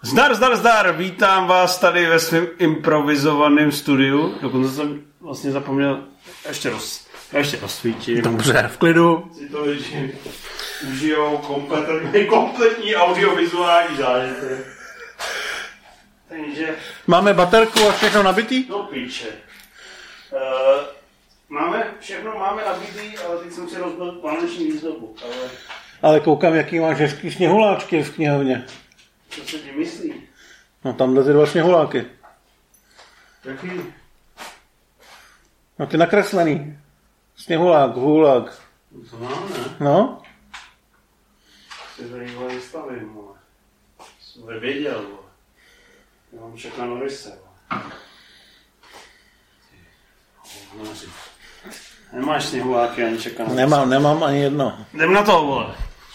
Zdar, vítám vás tady ve svém improvizovaném studiu. Dokonce jsem vlastně zapomněl, ještě rozsvítím. Dobře, v klidu. Si to lidi užijou kompletní audiovizuální zážitek. Takže... Máme baterku a všechno nabitý? No píče. Všechno máme nabitý, ale teď jsem si rozbil vánoční výzdobu. Ale koukám, jaký máš hezký sněhuláčky v knihovně. Co se ti myslí? No tamhle ty dva sněhuláky. Jaký? No ty nakreslený. Sněhulák, hůlák. To mám, ne? No? Si to někdo vystavím, vole. Jsem to věděl, vole. Já mám čekat na ryse, vole. Nemáš sněhuláky ani čekat na ryse? Nemám ani jedno. Jdem na to, vole.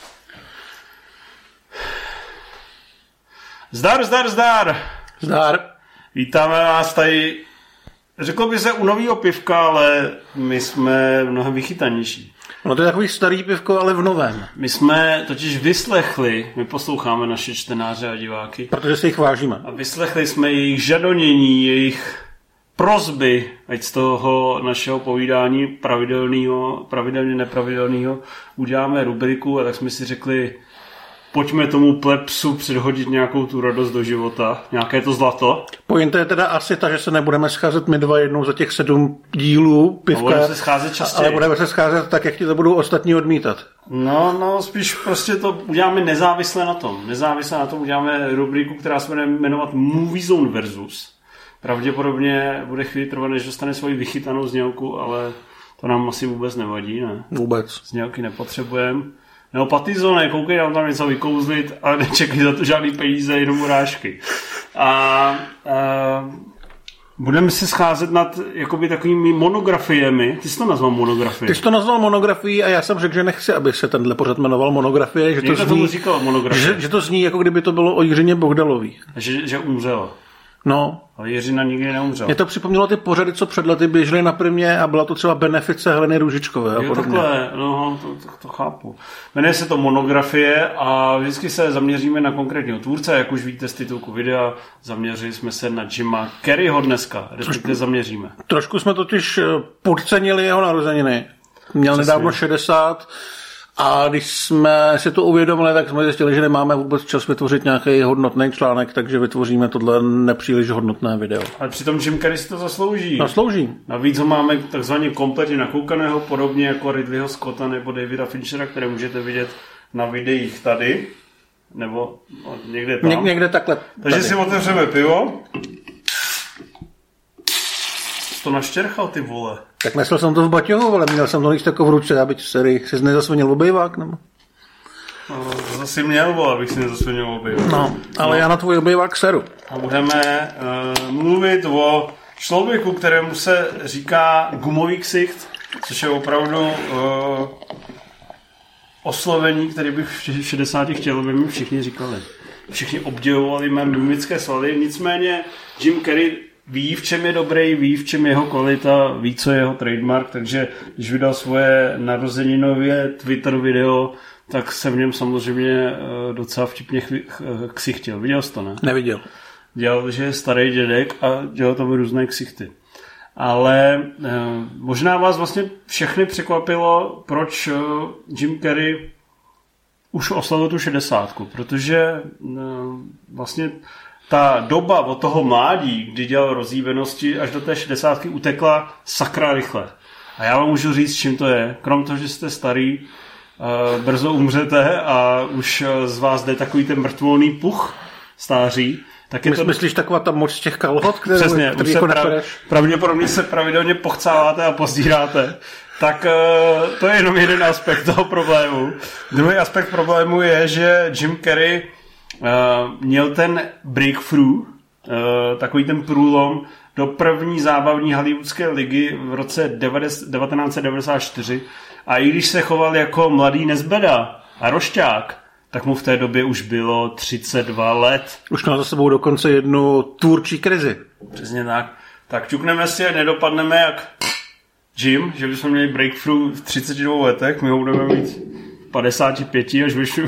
Zdar. Vítáme vás tady, řekl by se u novýho pivka, ale my jsme mnohem vychytanější. No to je takový starý pivko, ale v novém. My jsme totiž vyslechli, my posloucháme naše čtenáře a diváky. Protože si jich vážíme. A vyslechli jsme jejich žadonění, jejich prosby, ať z toho našeho povídání pravidelně nepravidelného uděláme rubriku, a tak jsme si řekli, pojďme tomu plepsu předhodit nějakou tu radost do života, nějaké to zlato. Pointa je teda asi ta, že se nebudeme scházet my dva jednou za těch 7 dílů pivka. Budeme se scházet častěji. Ale budeme se scházet tak, jak ti to budou ostatní odmítat. No, spíš prostě to uděláme nezávisle na tom. Nezávisle na tom uděláme rubriku, která se bude jmenovat Movie Zone versus. Pravděpodobně bude chvíli trvat, než dostane svoji vychytanou znělku, ale to nám asi vůbec nevadí, ne? Vůbec. Znělky nepotřebujeme. Nebo Patizone, koukej nám tam něco vykouzlit, ale nečekej za to žádný peníze, jenom urážky. A budeme se scházet nad jakoby takovými monografiemi. Ty jsi to nazval monografie. Ty jsi to nazval monografií a já jsem řekl, že nechci, aby se tenhle pořad jmenoval monografie. Že to zní, říkal monografie. Že to zní, jako kdyby to bylo o Jiřině Bohdalový. Že umřela. No. Ale Jiřina nikdy neumřela. Mě to připomnělo ty pořady, co před lety běžely na Primě a byla to třeba benefice Heleny Růžičkové. A podobně. Takhle, no, to chápu. Jmenuje se to monografie a vždycky se zaměříme na konkrétního tvůrce, jak už víte z titulku videa, zaměřili jsme se na Jima Carreyho dneska, respektive zaměříme. Trošku jsme totiž podcenili jeho narozeniny. Měl nedávno 60 a když jsme si to uvědomili, tak jsme zjistili, že nemáme vůbec čas vytvořit nějaký hodnotný článek, takže vytvoříme tohle nepříliš hodnotné video. Ale přitom Jim Carrey si to zaslouží. Zaslouží. Navíc ho máme takzvaně kompletně nakoukaného, podobně jako Ridleyho Scotta nebo Davida Finchera, které můžete vidět na videích tady, nebo někde tam. Někde takhle. Takže tady. Si otevřeme pivo. To naštěrchal, ty vole. Tak nesl jsem to v baťohu, ale měl jsem to nic takovou v ruce, aby jsi nezasvinil obejvák, nebo? No, to zase měl, vole, abych si nezasvinil obejvák. No, ale já na tvůj obejvák seru. A budeme mluvit o člověku, kterému se říká gumový ksicht, což je opravdu oslovení, které bych v 60. chtěl, aby mi všichni říkali. Všichni obdivovali mé mimické svaly, nicméně Jim Carrey ví, v čem je dobrý, ví, v čem je jeho kvalita, ví, co je jeho trademark, takže když vydal svoje narozeninové Twitter video, tak jsem v něm samozřejmě docela vtipně ksichtil. Viděl jsi to, ne? Neviděl. Dělal, že je starý dědek a dělal tam různé ksichty. Ale možná vás vlastně všechny překvapilo, proč Jim Carrey už oslavil tu 60, protože vlastně ta doba od toho mládí, kdy dělal Rozjívenosti, až do té 60 utekla sakra rychle. A já vám můžu říct, čím to je. Krom toho, že jste starý, brzo umřete a už z vás jde takový ten mrtvolný puch stáří. Tak je to... Myslíš taková ta moč z těch kalhot, které Přesně, už jako pravděpodobně se pravidelně pochcáváte a pozdíráte. Tak to je jenom jeden aspekt toho problému. Druhý aspekt problému je, že Jim Carrey měl ten breakthrough, takový ten průlom do první zábavní hollywoodské ligy v roce 1994 a i když se choval jako mladý nezbeda a rošťák, tak mu v té době už bylo 32 let. Už měl za sebou dokonce jednu tvůrčí krizi. Přesně tak. Tak ťukneme si, nedopadneme jak Jim, že bychom měli breakthrough v 32 letech, my ho budeme mít 55, až vyšlu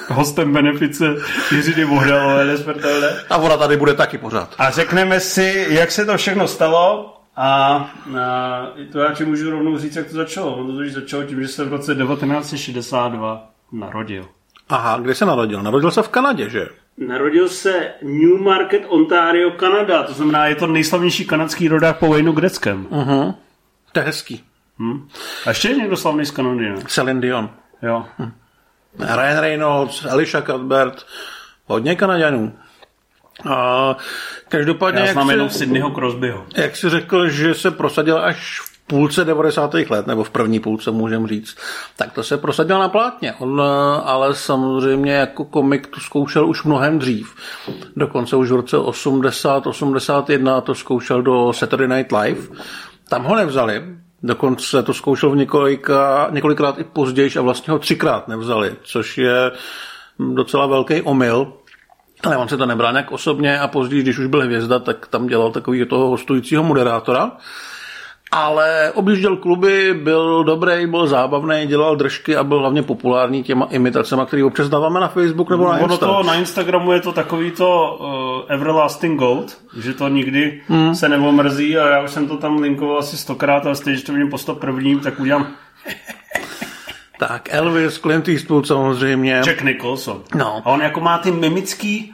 hostem benefice Jiřiny Bohdalové nesmrtelné. A ona tady bude taky pořád. A řekneme si, jak se to všechno stalo a to já ti můžu rovnou říct, jak to začalo. Ono to začalo tím, že se v roce 1962 narodil. Aha, kde se narodil? Narodil se v Kanadě, že? Narodil se Newmarket, Ontario, Kanada. To znamená, je to nejslavnější kanadský rodák po Waynu Gretzkem. To je hezký. A ještě je někdo slavný z Kanady, ne? Celine Dion. Jo. Ryan Reynolds, Alicia Cuthbert, hodně Kanaďanů. A každopádně... Já znám jenom Sydneyho Crosbyho. Jak jsi řekl, že se prosadil až v půlce 90. let, nebo v první půlce, můžeme říct, tak to se prosadil na plátně. On ale samozřejmě jako komik to zkoušel už mnohem dřív. Dokonce už v roce 80-81 to zkoušel do Saturday Night Live. Tam ho nevzali. Dokonce to zkoušel několikrát i později a vlastně ho 3krát nevzali, což je docela velký omyl. Ale on se to nebral nějak osobně a později, když už byl hvězda, tak tam dělal takový toho hostujícího moderátora. Ale objížděl kluby, byl dobrý, byl zábavný, dělal držky a byl hlavně populární těma imitacema, které občas dáváme na Facebook nebo na Instagramu. Na Instagramu je to takový to Everlasting Gold, že to nikdy se neomrzí a já už jsem to tam linkoval asi 100krát a stejně, že to vidím po 101. tak udělám... Tak Elvis, Clint Eastwood samozřejmě. Jack Nicholson. No. A on jako má ty mimický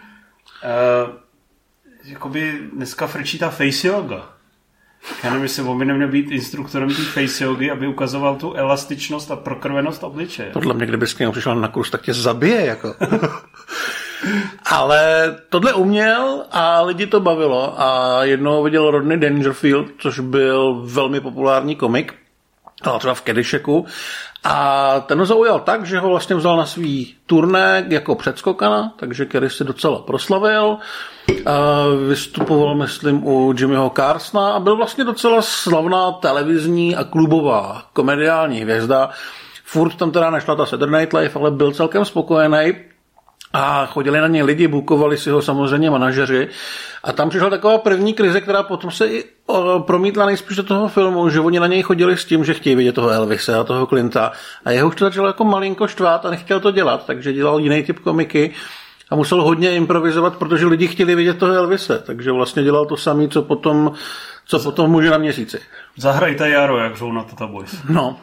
jakoby dneska frčí ta face yoga. Já nevím, jestli on by neměl být instruktorem té face yogy, aby ukazoval tu elastičnost a prokrvenost obličeje. Podle mě, kdybys k němu přišel na kurz, tak tě zabije. Jako. Ale tohle uměl a lidi to bavilo. A jednou viděl Rodney Dangerfield, což byl velmi populární komik, ale třeba v Cadillacku. A ten ho zaujal tak, že ho vlastně vzal na svý turné jako předskokana, takže Kerry si docela proslavil. Vystupoval, myslím, u Jimmyho Carsona a byl vlastně docela slavná televizní a klubová komediální hvězda. Furt tam teda nešla ta Saturday Night Live, ale byl celkem spokojený. A chodili na něj lidi, bukovali si ho samozřejmě manažeři. A tam přišla taková první krize, která potom se i promítla nejspíš do toho filmu, že oni na něj chodili s tím, že chtějí vidět toho Elvise a toho Clinta. A jeho už to začalo jako malinko štvát a nechtěl to dělat, takže dělal jiný typ komiky a musel hodně improvizovat, protože lidi chtěli vidět toho Elvise. Takže vlastně dělal to samé, co potom Muži na měsíci. Zahrajte Jaro, jak řou na Tata Boys. No.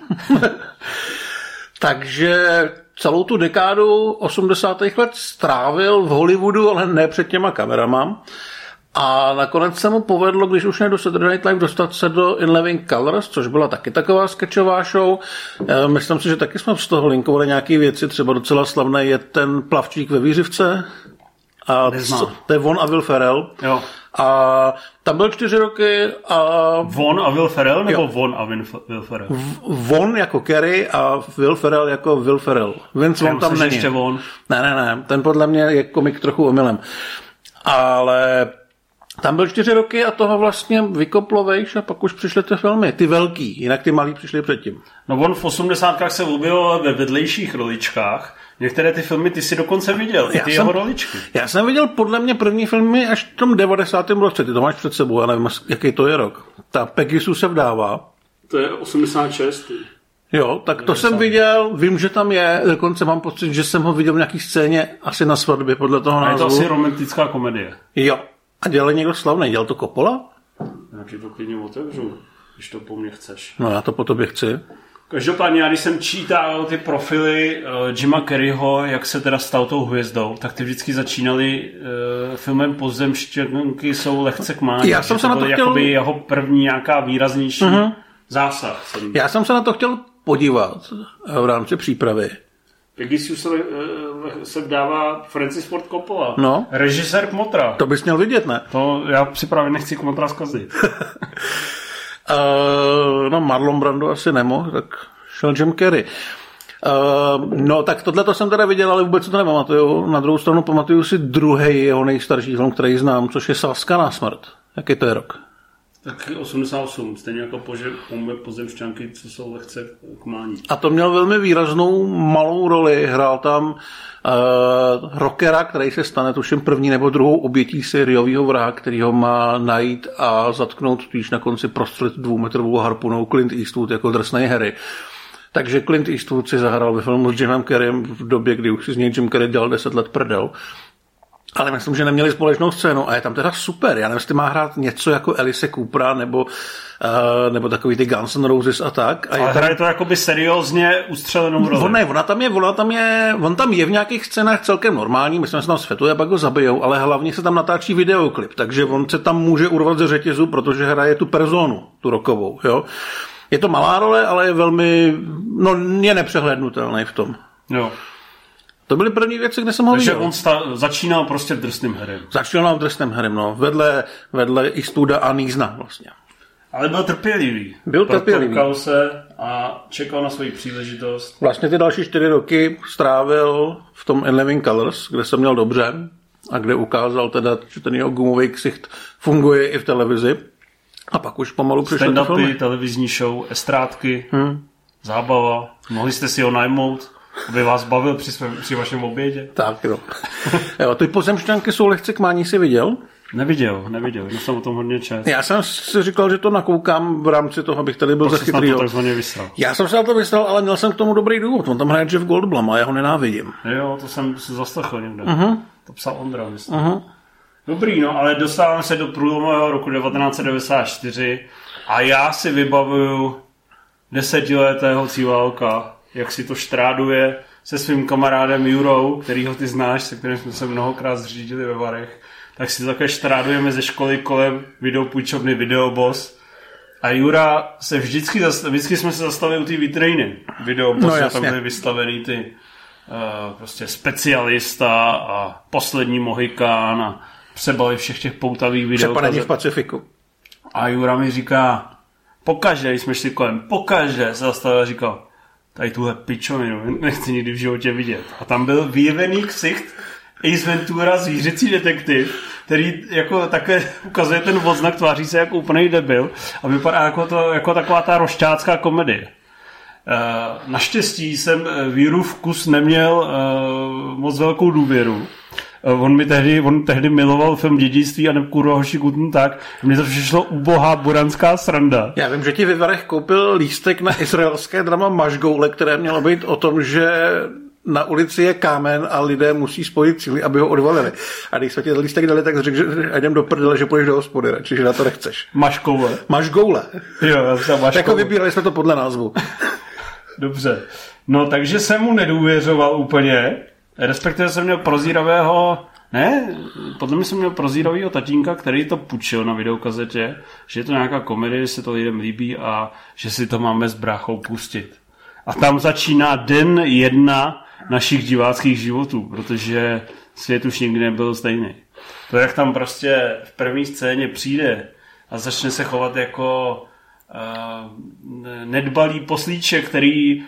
Takže celou tu dekádu 80. let strávil v Hollywoodu, ale ne před těma kamerama. A nakonec se mu povedlo, když už ne do Saturday Night Live, dostat se do In Living Colors, což byla taky taková sketchová show. Myslím si, že taky jsme z toho linkovali nějaké věci, třeba docela slavný je ten Plavčík ve Vířivce. A to je Von a Will Ferrell. Jo. A tam byl 4 roky a... Von a Will Ferrell nebo Von a Will Ferrell? Von jako Kerry a Will Ferrell jako Will Ferrell. Vince Vaughn tam není. Ještě Von. Ne. Ten podle mě je komik trochu omylem. Ale tam byl 4 roky a toho vlastně vykoplo vejš a pak už přišly ty filmy. Ty velký, jinak ty malý přišli předtím. No on v 80kách se objevil ve vedlejších roličkách. Některé ty filmy ty si dokonce viděl, i ty jeho roličky. Já jsem viděl podle mě první filmy až v tom 90. roce. Ty to máš před sebou, já nevím, jaký to je rok. Ta Peggy Sue se vdává. To je 86. Jo, tak to jsem viděl, vím, že tam je, dokonce mám pocit, že jsem ho viděl v nějaký scéně asi na svatbě podle toho názvu. A je to asi romantická komedie. Jo. A dělal někdo slavný? Dělal to Coppola? Já ti to klidně otevřu, když to po mně chceš. No já to po tobě chci. Každopádně, já když jsem čítal ty profily Jima Carreyho, jak se teda stal tou hvězdou, tak ty vždycky začínali filmem Pozemštěnky jsou lehce k mání. Já jsem se na to chtěl... jakoby jeho první nějaká výraznější zásah. Já jsem se na to chtěl podívat v rámci přípravy. Peggy Sue se vdává Francis Ford Coppola. No. Režisér Kmotra. To bys měl vidět, ne? To já si právě nechci Kmotra zkazit. No Marlon Brando asi nemohl, tak šel Jim Carrey. No tak tohle to jsem teda viděl, ale vůbec to nepamatuju. Na druhou stranu pamatuju si druhý jeho nejstarší film, který znám, což je Sázka na smrt. Jaký to je rok? Tak 88, stejně jako Pozemšťanky, co jsou lehce k mání. A to měl velmi výraznou malou roli. Hrál tam rockera, který se stane tuším první nebo druhou obětí sériového vraha, který ho má najít a zatknout, když na konci prostřelit 2metrovou harpunou Clint Eastwood jako drsnej Harry. Takže Clint Eastwood si zahrál ve filmu s Jimem Carreyem v době, kdy už si z něj Jim Carrey dělal 10 let prdel. Ale myslím, že neměli společnou scénu a je tam teda super. Já nevím, jestli má hrát něco jako Alice Coopera nebo takový ty Guns N' Roses a tak. A ale hraje to jakoby seriózně ustřelenou roli. On tam je v nějakých scénách celkem normální, myslím, že se tam světuje a pak ho zabijou, ale hlavně se tam natáčí videoklip, takže on se tam může urvat ze řetězu, protože hraje tu personu, tu rockovou, jo. Je to malá role, ale je velmi, je nepřehlednutelný v tom. Jo. To byly první věci, kde jsem ho viděl. Takže on začínal prostě Drsným Harrym. Začínal Drsným Harrym, vedle Eastwooda a Neesona vlastně. Ale byl trpělivý. Protoukal se a čekal na svoji příležitost. Vlastně ty další 4 roky strávil v tom In Living Colors, kde se měl dobře a kde ukázal teda, že ten jeho gumový ksicht funguje i v televizi. A pak už pomalu přišly ty filmy. Televizní show, estrádky, zábava. Mohli jste si ho najmout, aby vás bavil při vašem obědě. Tak jo. Jo, ty Pozemšťanky jsou lehce k mání, si viděl? Neviděl, jenom jsem o tom hodně čest. Já jsem si říkal, že to nakoukám v rámci toho, abych tady byl za chytrýho. Já jsem se na to vysral, ale měl jsem k tomu dobrý důvod. On tam hraje Jeff Goldblum a já ho nenávidím. Jo, to jsem si zaslechl někde. To psal Ondra, myslím. Dobrý, ale dostáváme se do průlomového roku 1994 a já si vybavuju 10letého Cíválka, jak si to štráduje se svým kamarádem Jurou, kterýho ty znáš, se kterým jsme se mnohokrát zřídili ve Varech, tak si také štrádujeme ze školy kolem videopůjčovny Videoboss. A Jura se vždycky jsme se zastavili u té vitriny Videoboss, tam byly vystavený ty prostě specialista a poslední Mohikán a přebali všech těch poutavých videokazet. Přepadení v Pacifiku. A Jura mi říká, pokaže, jsme šli kolem, pokaže, se zastavil a říkal, tady tuhle pičovinu nechci nikdy v životě vidět. A tam byl vyjevený ksicht Ace Ventura, zvířecí detektiv, který jako také ukazuje ten odznak, tváří se jako úplnej debil a vypadá jako taková ta rošťácká komedie. Naštěstí jsem v Jurův vkus neměl moc velkou důvěru. On tehdy miloval film Dědictví a Kurva hoši Guten Tag. Mně to přišlo ubohá buranská sranda. Já vím, že ti ve Varech koupil lístek na izraelské drama Mašgoule, které mělo být o tom, že na ulici je kámen a lidé musí spojit síly, aby ho odvalili. A když jsme ti lístek dali, tak řekl, že jdem do prdele, že půjdeš do hospody, čiže na to nechceš. Mašgoule. Jo, já jsem Mašgoule. Jako vybírali jsme to podle názvu. Dobře. No, takže jsem mu nedůvěřoval úplně. Respektive jsem měl podle mě jsem měl prozíravýho tatínka, který to půjčil na videokazetě, že je to nějaká komedie, že se to lidem líbí a že si to máme s bráchou pustit. A tam začíná den 1 našich diváckých životů, protože svět už nikdy nebyl stejný. To, jak tam prostě v první scéně přijde a začne se chovat jako nedbalý poslíček, který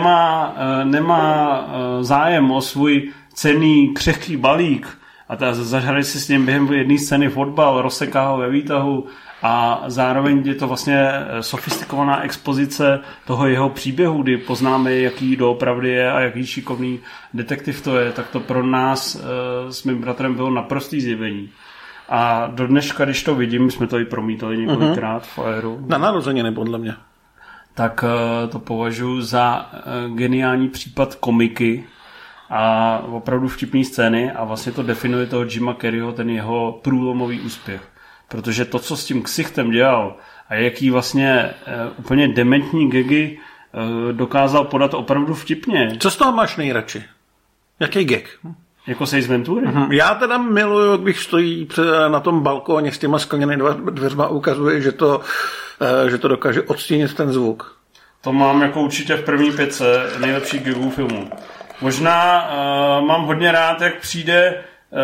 nemá zájem o svůj cenný křehký balík a zahrali si s ním během jedné scény fotbal, rozseká ho ve výtahu a zároveň je to vlastně sofistikovaná expozice toho jeho příběhu, kdy poznáme, jaký doopravdy je a jaký šikovný detektiv to je, tak to pro nás s mým bratrem bylo naprostý zjevení. A do dneška, když to vidím, jsme to i promítali několikrát v Aeru. Na narozeniny, podle mě. Tak to považuji za geniální případ komiky a opravdu vtipný scény a vlastně to definuje toho Jima Carreyho, ten jeho průlomový úspěch. Protože to, co s tím ksichtem dělal a jaký vlastně úplně dementní gagy dokázal podat opravdu vtipně. Co z toho máš nejradši? Jaký gag? Jako Ace Ventury? Já teda miluju, když stojí na tom balkóně s těma skleněnými dveřma a ukazuje, že to dokáže odstínit ten zvuk. To mám jako určitě v první 5 nejlepších gagů filmu. Možná mám hodně rád, jak přijde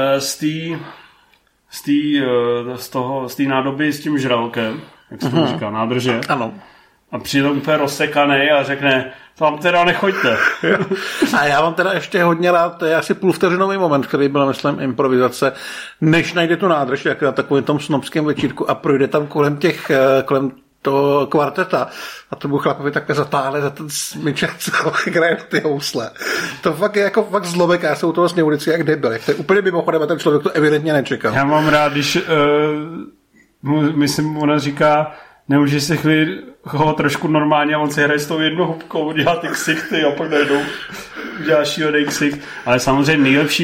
z té nádoby s tím žralkem, jak se to říká, nádrže. Ano. A přijde úplně rozsekanej a řekne, tam teda nechoďte. A já mám teda ještě hodně rád, to je asi půlvteřinový moment, který byl, myslím, improvizace, než najde tu nádrž, jak na takovém tom snobském večírku a projde tam kolem toho kvarteta a tomu chlapovi takhle zatáhne za ten smyček, co hraje ty housle. To fakt je jako fakt zlomek, já jsem u toho vlastně ulici jak debil. To je úplně mimochodem a ten člověk to evidentně nečekal. Já mám rád, když myslím, ona říká, nemůže se chvíli chovat trošku normálně a on si hraje s tou jednou hubkou, dělá ty ksichty a pak najednou udělá šílený ksicht. Ale samozřejmě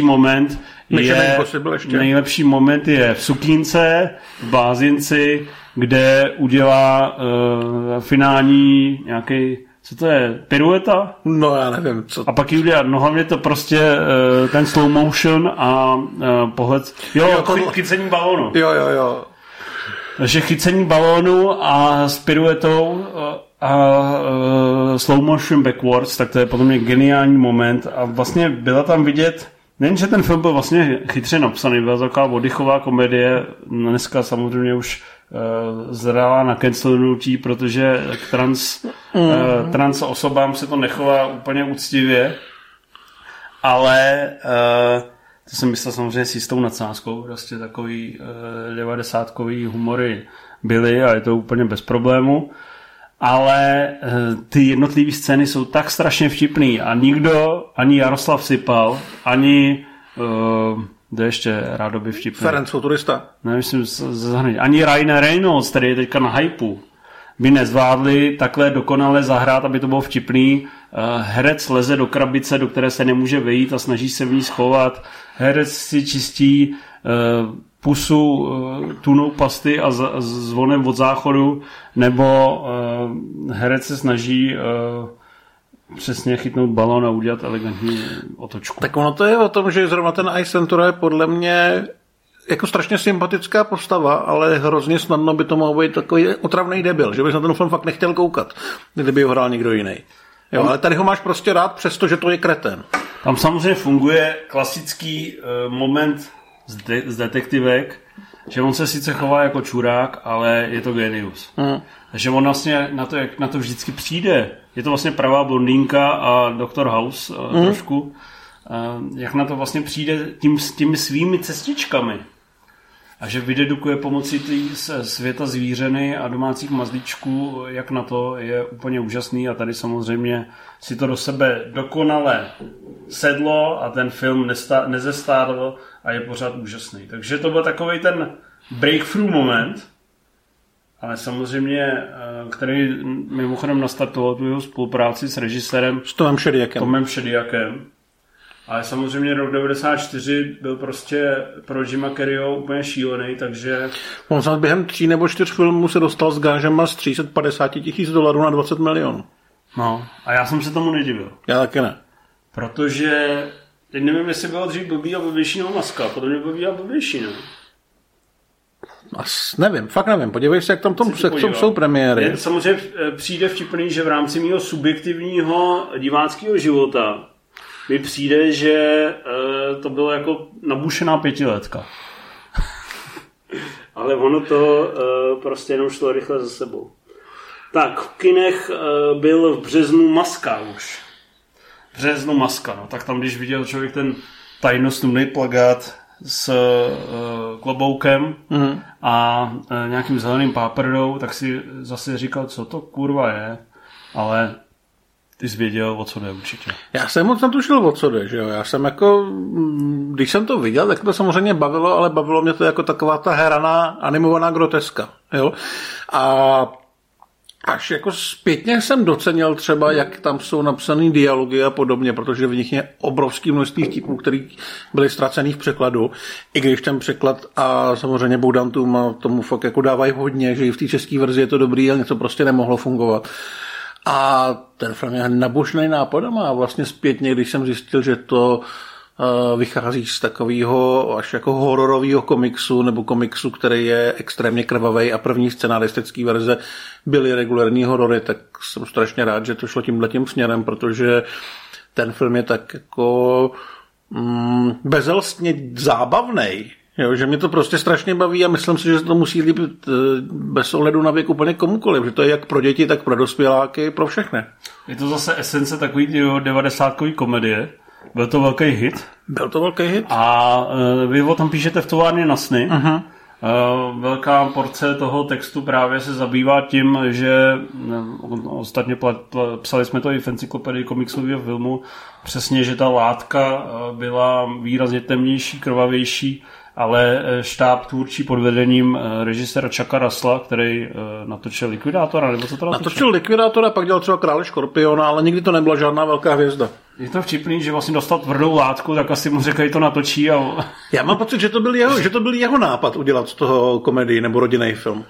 nejlepší moment je v sukínce, v blázinci, kde udělá finální nějaký, co to je, pirueta? No já nevím, co. A pak ji udělá, no hlavně to prostě ten slow motion a pohled, chycení balónu. Jo. Takže chycení balónu a s piruetou a slow motion backwards, tak to je podle mě geniální moment a vlastně byla tam vidět, nejen, že ten film byl vlastně chytře napsaný, byla taková oddychová komedie, dneska samozřejmě už zrala na cancelnutí, protože k trans osobám se to nechová úplně úctivě, ale to jsem myslel samozřejmě s jistou nadsázkou, prostě takový 90kový humory byly a je to úplně bez problému, ale ty jednotlivé scény jsou tak strašně vtipný a nikdo, ani Jaroslav Sypal, ani kde ještě rádoby vtipný. Ferenc Futurista. Ne, myslím, ani Ryan Reynolds, který je teďka na hypu, by nezvládli takhle dokonale zahrát, aby to bylo vtipný. Herec leze do krabice, do které se nemůže vejít a snaží se v ní schovat. Herec si čistí pusu tunou pasty a zvonem od záchodu, nebo herec se snaží přesně chytnout balón a udělat elegantní otočku. Tak ono to je o tom, že zrovna ten Ace Ventura je podle mě jako strašně sympatická postava, ale hrozně snadno by to mohl být takový otravný debil, že bys na ten film fakt nechtěl koukat, kdyby ho hrál někdo jiný. Jo, ale tady ho máš prostě rád, přestože to je kretén. Tam samozřejmě funguje klasický moment z detektivek, že on se sice chová jako čurák, ale je to genius. Takže on vlastně jak na to vždycky přijde, je to vlastně pravá blondýnka a Dr. House trošku, jak na to vlastně přijde těmi svými cestičkami. A že vydedukuje pomocí světa zvířeny a domácích mazlíčků, jak na to je úplně úžasný a tady samozřejmě si to do sebe dokonale sedlo a ten film nezestárl a je pořád úžasný. Takže to byl takovej ten breakthrough moment, ale samozřejmě, který mimochodem nastartoval tu jeho spolupráci s režisérem Tomem Šediakem. Ale samozřejmě rok 94 byl prostě pro Jima Carreyho úplně šílený, takže... On snad během 3 nebo 4 filmů se dostal s gážema z $350,000 na 20 milionů. No, a já jsem se tomu nedivil. Já taky ne. Protože, teď nevím, jestli bylo dřív blbý a blbější nebo Maska, podle mě blbý a blbější, ne? Nevím, fakt nevím. Podívej se, jak tam jsou premiéry. Samozřejmě přijde vtipný, že v rámci mého subjektivního diváckého života mi přijde, že to bylo jako nabušená 5letka. Ale ono to prostě jenom šlo rychle za sebou. Tak, v kinech byl v březnu Maska už. V březnu Maska, no. Tak tam, když viděl člověk ten tajnostný plakát s kloboukem a nějakým zeleným páprdou, tak si zase říkal, co to kurva je, ale ty jsi věděl, o co jde určitě. Já jsem moc natušil, o co jde, že jo. Já jsem jako, když jsem to viděl, tak to samozřejmě bavilo, ale bavilo mě to jako taková ta hraná animovaná groteska, jo. A až jako zpětně jsem docenil třeba, jak tam jsou napsaný dialogy a podobně, protože v nich je obrovský množství vtipů, které byly ztracený v překladu, i když ten překlad a samozřejmě Bogdan tomu fakt jako dávají hodně, že i v té české verzi je to dobrý, ale něco prostě nemohlo fungovat. A ten film je nabušnej nápadama a vlastně zpětně, když jsem zjistil, že to vychází z takového až jako hororového komiksu nebo komiksu, který je extrémně krvavý a první scenaristický verze byly regulární horory, tak jsem strašně rád, že to šlo tímhletím směrem, protože ten film je tak jako bezelstně zábavnej, jo, že mě to prostě strašně baví a myslím si, že se to musí líbit bez ohledu na věk úplně komukoliv, že to je jak pro děti, tak pro dospěláky, pro všechny. Je to zase esence takový 90kový komedie. Byl to velký hit. Byl to velký hit. A vy o tom píšete v Továrně na sny. Velká porce toho textu právě se zabývá tím, že ostatně psali jsme to i v encyklopedii komiksového filmu, přesně, že ta látka byla výrazně temnější, krvavější, ale štáb tvůrčí pod vedením režiséra Chucka Russella, který natočil Likvidátora, nebo co to natočil Likvidátora, pak dělal třeba Krále škorpiona, ale nikdy to nebyla žádná velká hvězda. Je to vtipný, že vlastně dostal tvrdou látku, tak asi mu řekli, to natočí. A... Já mám pocit, že to byl jeho nápad udělat z toho komedii nebo rodinný film.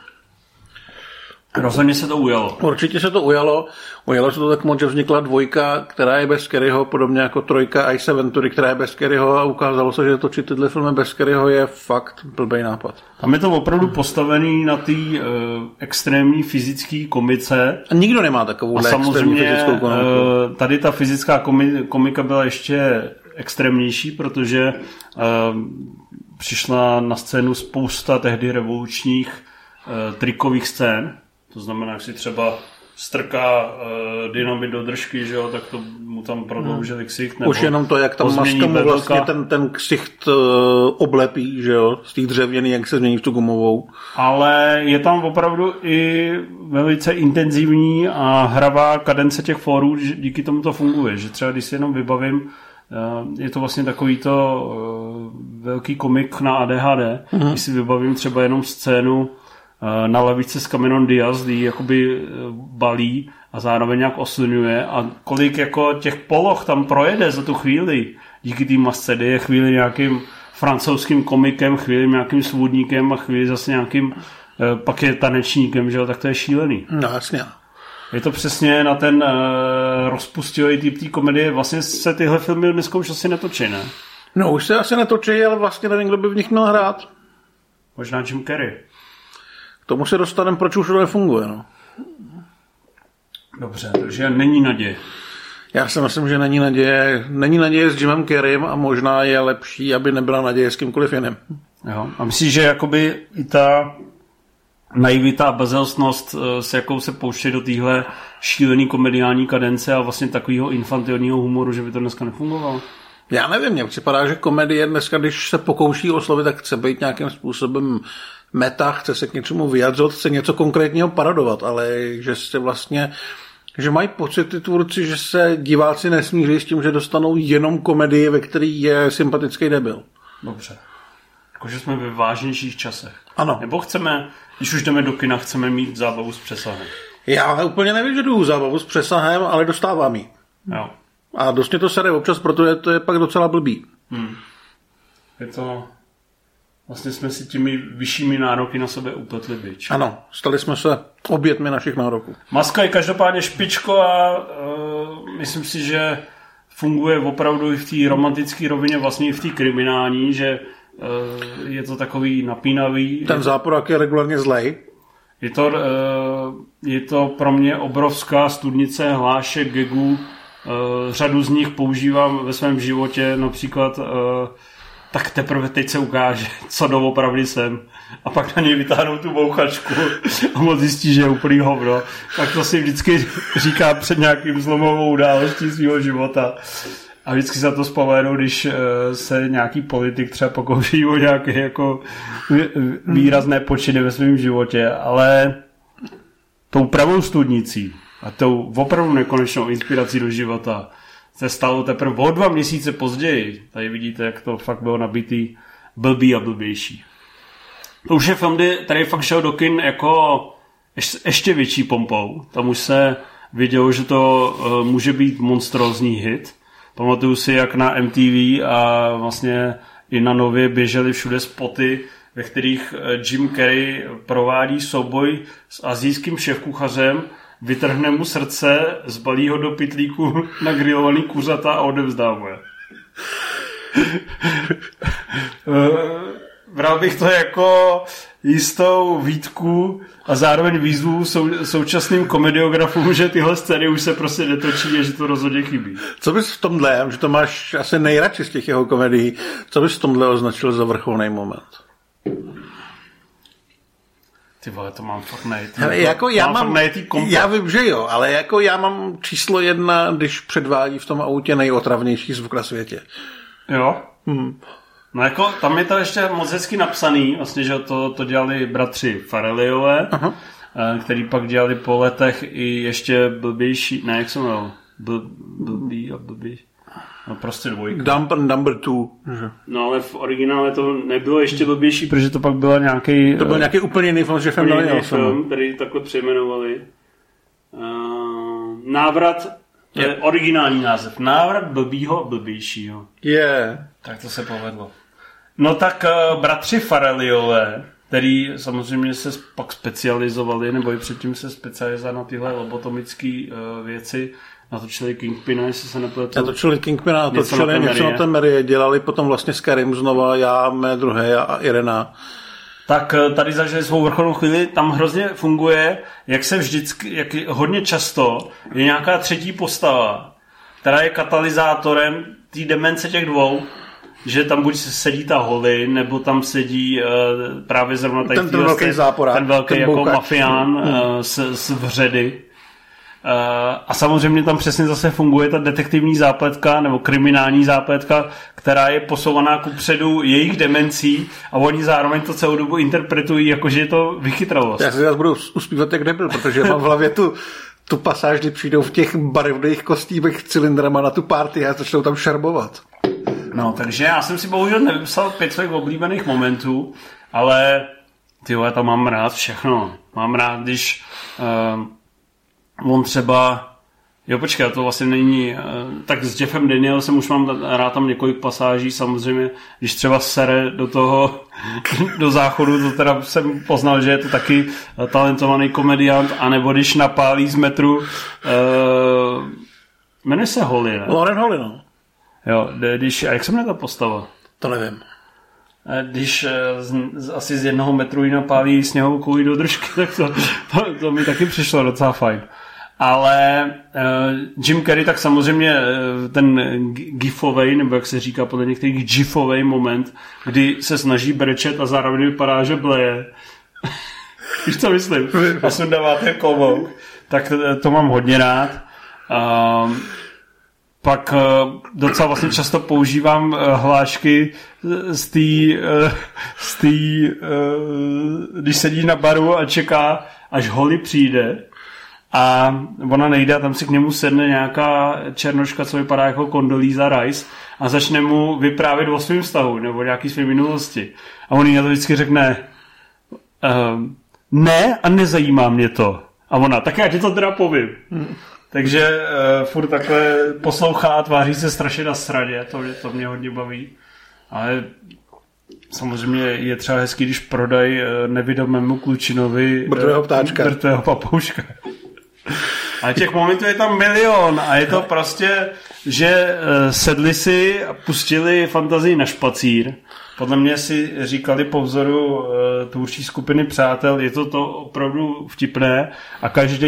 Rozhodně se to ujalo. Určitě se to ujalo. Ujalo se to tak moc, že vznikla 2, která je bez Kerryho, podobně jako 3 Ace Ventury, která je bez Kerryho, a ukázalo se, že točit tyhle filmy bez Kerryho je fakt blbej nápad. Tam je to opravdu postavený na té extrémní fyzické komice. A nikdo nemá takovou extrémní fyzickou komiku. Tady ta fyzická komika byla ještě extrémnější, protože přišla na scénu spousta tehdy revolučních trikových scén. To znamená, jak si třeba strká dynamit do držky, že jo, tak to mu tam prodloužili ksicht. Už jenom to, jak tam maska mu vlastně ten ksicht oblepí, že jo, z těch dřevěný, jak se změní v tu gumovou. Ale je tam opravdu i velice intenzivní a hravá kadence těch fórů, že díky tomu to funguje. Že třeba, když si jenom vybavím, je to vlastně takovýto velký komik na ADHD, když si vybavím třeba jenom scénu na lavice s Cameron Diaz, kdy jakoby balí a zároveň nějak oslňuje a kolik jako těch poloh tam projede za tu chvíli díky té masce, kdy je chvíli nějakým francouzským komikem, chvíli nějakým svůdníkem a chvíli zase nějakým pak je tanečníkem, že jo, tak to je šílený. No jasně. Je to přesně na ten rozpustilý typ té komedie, vlastně se tyhle filmy dneska už asi netočí, ne? No už se asi netočí, ale vlastně nevím, kdo by v nich měl hrát. Možná Jim Carrey. K tomu se dostaneme, proč už to nefunguje, no. Dobře, takže není naděje. Já si myslím, že není naděje. Není naděje s Jimem Carreyem a možná je lepší, aby nebyla naděje s kýmkoliv jiným. Jo. A myslíš, že jakoby i ta naivita a bezelstnost, s jakou se pouští do téhle šílený komediální kadence a vlastně takového infantilního humoru, že by to dneska nefungovalo? Já nevím, mně připadá, že komedie dneska, když se pokouší oslovit, tak chce být nějakým způsobem meta, chce se k něčemu vyjadřovat, chce něco konkrétního parodovat, ale že se vlastně, že mají pocit ty tvůrci, že se diváci nesmíří s tím, že dostanou jenom komedii, ve který je sympatický debil. Dobře. Jakože jsme ve vážnějších časech. Ano. Nebo chceme, když už jdeme do kina, chceme mít zábavu s přesahem. Já úplně nevyžaduju zábavu s přesahem, ale dostávám ji. Jo. A dost mě to sere občas, protože to je pak docela blbý. Je to... Vlastně jsme si těmi vyššími nároky na sebe upletli bič. Ano, stali jsme se obětmi našich nároků. Maska je každopádně špičko a myslím si, že funguje opravdu i v té romantické rovině, vlastně i v té kriminální, že je to takový napínavý. Ten záporák je regulárně zlej. Je to pro mě obrovská studnice hlášek, gagů. Řadu z nich používám ve svém životě, například tak teprve teď se ukáže, co doopravdy jsem. A pak na něj vytáhnou tu bouchačku a moc zjistí, že je úplný hovno. Tak to si vždycky říká před nějakým zlomovou událostí svého života. A vždycky se to vzpomenu, když se nějaký politik třeba pokouší o nějaké jako výrazné počiny ve svém životě, ale tou pravou studnicí a tou opravdu nekonečnou inspirací do života se stalo teprve o 2 měsíce později. Tady vidíte, jak to fakt bylo nabitý blbý a blbější. To už je film, který fakt šel do kin jako ještě větší pompou. Tam už se vědělo, že to může být monstrózní hit. Pamatuju si, jak na MTV a vlastně i na Nově běžely všude spoty, ve kterých Jim Carrey provádí souboj s asijským šéfkuchařem, vytrhne mu srdce, zbalí ho do pytlíku na grilovaný kuřata a odevzdá mu je. Bral bych to jako jistou výtku a zároveň výzvu současným komediografům, že tyhle scény už se prostě netočí a že to rozhodně chybí. Co bys v tomhle, že to máš asi nejradši z těch jeho komedií, co bys v tomhle označil za vrcholný moment? Ty vole, to mám fakt najít. Jako já vím, že jo, ale jako já mám číslo 1, když předvádí v tom autě nejotravnější zvuk na světě. Jo? No jako, tam je to ještě moc hezky napsaný, vlastně, že to dělali bratři Farrellyové, který pak dělali po letech i ještě blbější, ne, jak jsem měl, blbý a blbý. No prostě 2. Number 2. No ale v originále to nebylo ještě blbější, protože to pak byla nějaký... To byl nějaký úplně jiný film, že film, který takhle přejmenovali. Návrat, to je originální název. Návrat blbýho blbějšího. Tak to se povedlo. No tak bratři Farrellyové, který samozřejmě se pak specializovali, nebo i předtím se specializovali na tyhle lobotomické věci, natočili Kingpina, jestli se nepletu. Natočili Kingpina, natočili něco na té Marie, dělali potom vlastně s Karim znova, já, mé druhé a Irena. Tak tady zažili svou vrcholnou chvíli, tam hrozně funguje, jak se vždycky, jak hodně často je nějaká třetí postava, která je katalyzátorem té demence těch dvou, že tam buď sedí ta Holly, nebo tam sedí právě zrovna tady ten velký záporák. Ten velký jako mafián z Vředy. A samozřejmě tam přesně zase funguje ta detektivní zápletka nebo kriminální zápletka, která je posouvaná kupředu jejich demencí a oni zároveň to celou dobu interpretují, jakože je to vychytralost. Já si zase budu uspívat jak debil, protože mám v hlavě tu pasáž, kdy přijdou v těch barevných kostýmech s cylindrama na tu party a začnou tam šarbovat. No, takže já jsem si bohužel nevypsal 5 svých oblíbených momentů, ale tyhle, tam mám rád všechno. Mám rád, když on třeba, jo počkej, to vlastně není, tak s Jeffem Danielsem už mám rád tam několik pasáží, samozřejmě, když třeba sere do toho, do záchodu, to teda jsem poznal, že je to taky talentovaný komediant, anebo když napálí z metru, jmenuje se Holly, ne? Lauren Holly, no. Jo, a jak se jmenuje ta postava? To nevím. Když asi z 1 metru jí napálí sněhovou kouli do držky, tak to mi taky přišlo docela fajn. Ale Jim Carrey, tak samozřejmě ten gifovej, nebo jak se říká podle některých gifovej moment, kdy se snaží brečet a zároveň vypadá, že bleje. Víš, co myslím? A sundává ten klobouk. Tak to mám hodně rád. Pak docela vlastně často používám hlášky když sedí na baru a čeká, až Holly přijde a ona nejde a tam si k němu sedne nějaká černoška, co vypadá jako Condoleezza Rice a začne mu vyprávět o svým vztahu nebo nějaký své minulosti. A on jí na to vždycky řekne ne a nezajímá mě to. A ona, tak já ti to teda povím. Takže furt takhle poslouchá a tváří se strašně na sradě, to mě hodně baví. Ale samozřejmě je třeba hezký, když prodají nevidomému klučinovi mrtvého papouška. A těch momentů je tam milion a je to prostě, že sedli si a pustili fantazii na špacír. Podle mě si říkali po vzoru tvůrčí skupiny Přátel, je to opravdu vtipné a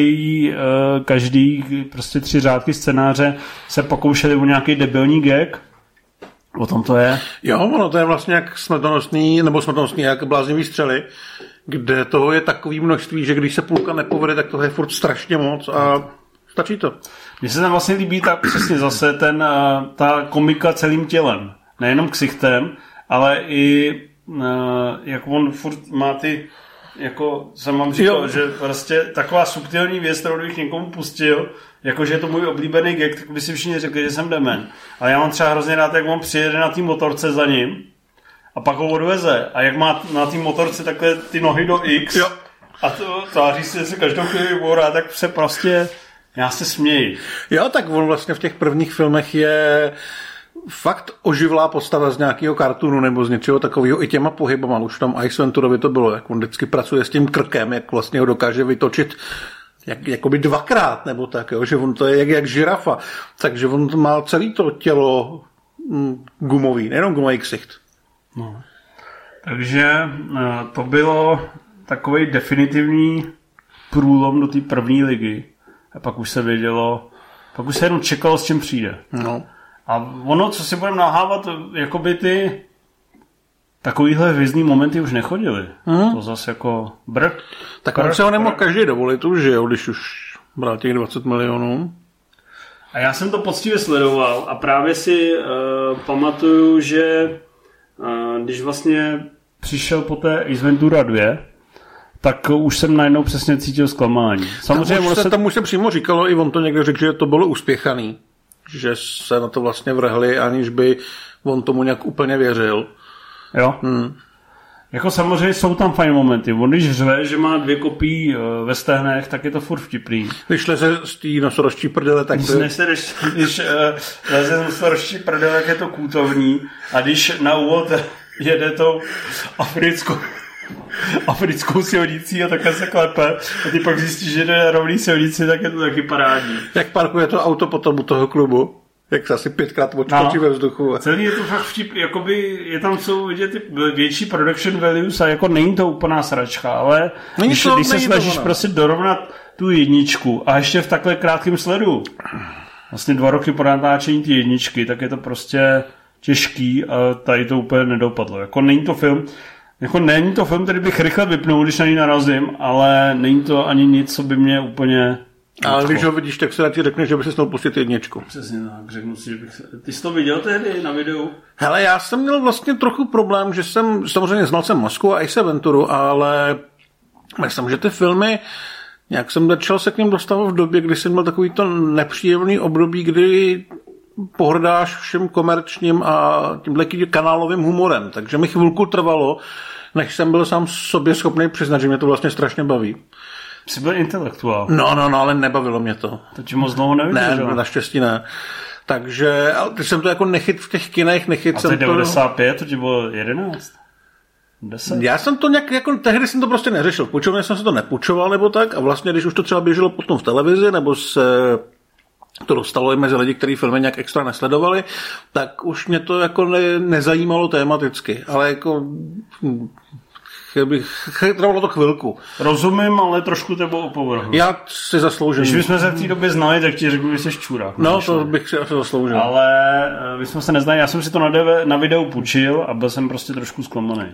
každý prostě 3 řádky scénáře se pokoušeli o nějaký debilní gag. O tom to je. Jo, ono to je vlastně jak smrtonosný jak bláznivý střely, kde toho je takový množství, že když se půlka nepovede, tak toho je furt strašně moc a stačí to. Mně se tam vlastně líbí přesně zase ta komika celým tělem. Nejenom ksichtem, ale i jak on furt má ty, jako jsem vám říkal, že prostě taková subtilní věc, kterou bych někomu pustil, jakože je to můj oblíbený gag, tak by si všichni řekli, že jsem demen. Ale já mám třeba hrozně rád, jak on přijede na té motorce za ním a pak ho odveze. A jak má na té motorce takhle ty nohy do X a tváří si, že každou chvíli bourá, tak se prostě, já se směji. Jo, tak on vlastně v těch prvních filmech je fakt oživlá postava z nějakého kartunu nebo z něčeho takového i těma pohybama. Už tam Ice Venturovi to bylo, jak on vždycky pracuje s tím krkem, jak vlastně ho dokáže vytočit jakoby 2krát nebo tak, jo? Že on to je jak žirafa. Takže on má celé to tělo gumový, nejenom gumový ksicht. No. Takže to bylo takový definitivní průlom do té první ligy. A pak už se vědělo, pak už se jenom čekalo, s čím přijde. No. A ono, co si budeme nahávat, jakoby ty takovýhle hvězdný momenty už nechodily. To zase jako Tak on se ho nemohl každý dovolit už, že jo, když už bral těch 20 milionů. A já jsem to poctivě sledoval a právě si pamatuju, že když vlastně přišel po té Ace Ventura 2, tak už jsem najednou přesně cítil zklamání. Samozřejmě tam už se přímo říkalo, i on to někdo řekl, že to bylo uspěchaný. Že se na to vlastně vrhli, aniž by on tomu nějak úplně věřil. Jo. Jako samozřejmě jsou tam fajn momenty. On když řve, že má 2 kopí ve stehnech, tak je to furt vtipný. Když leze z té nosorožčí prdele, tak to... Když leze z nosorožčí prdele, tak je to kůtovní. A když na úvod jede tou africkou silnicí a takhle se klepe a ty pak zjistíš, že jde na rovný silnici, tak je to taky parádní. Jak parkuje to auto potom u toho klubu? Jak se asi 5krát odskočí ve vzduchu. Celý je to fakt vtipný, jakoby je tam jsou vidět ty větší production values a jako není to úplná sračka, ale když se snažíš prostě dorovnat tu jedničku a ještě v takhle krátkém sledu, vlastně 2 roky po natáčení ty jedničky, tak je to prostě těžký a tady to úplně nedopadlo. Jako není to film, který bych rychle vypnul, když na ní narazím, ale není to ani nic, co by mě úplně... Ale když ho vidíš, tak se na ti řekne, že by si snad pustit jedničku. Přesně tak, řeknu si, že bych... Ty jsi to viděl tehdy na videu? Hele, já jsem měl vlastně trochu problém, že jsem, samozřejmě znal jsem Masku a Ace Venturu, ale myslím, že ty filmy, nějak jsem začal se k ním dostávat v době, kdy jsem měl takový to nepříjemný období, kdy pohrdáš všem komerčním a tímhle kanálovým humorem, takže mi chvilku trvalo, než jsem byl sám sobě schopný přiznat, že mě to vlastně strašně baví. Jsi byl intelektuál. No, ale nebavilo mě to. To ti moc dlouho nevydrželo. Ne, naštěstí ne. Takže, ale teď jsem to jako nechyt v těch kinech, a to je 95, to ti bylo 11? 10? Já jsem to nějak, jako tehdy jsem to prostě neřešil. Půjčovně jsem se to nepůjčoval nebo tak a vlastně, když už to třeba běželo potom v televizi, nebo se to dostalo i mezi lidi, kteří filmy nějak extra nesledovali, tak už mě to jako nezajímalo tematicky. Ale jako... trvalo to chvilku. Rozumím, ale trošku tebou opovrhnu. Já si zasloužím. Když bychom se v té době znali, tak ti řeknu, že jsi čurák. No, to bych si asi zasloužil. Ale my jsme se neznali, já jsem si to na videu půjčil a byl jsem prostě trošku zklamaný.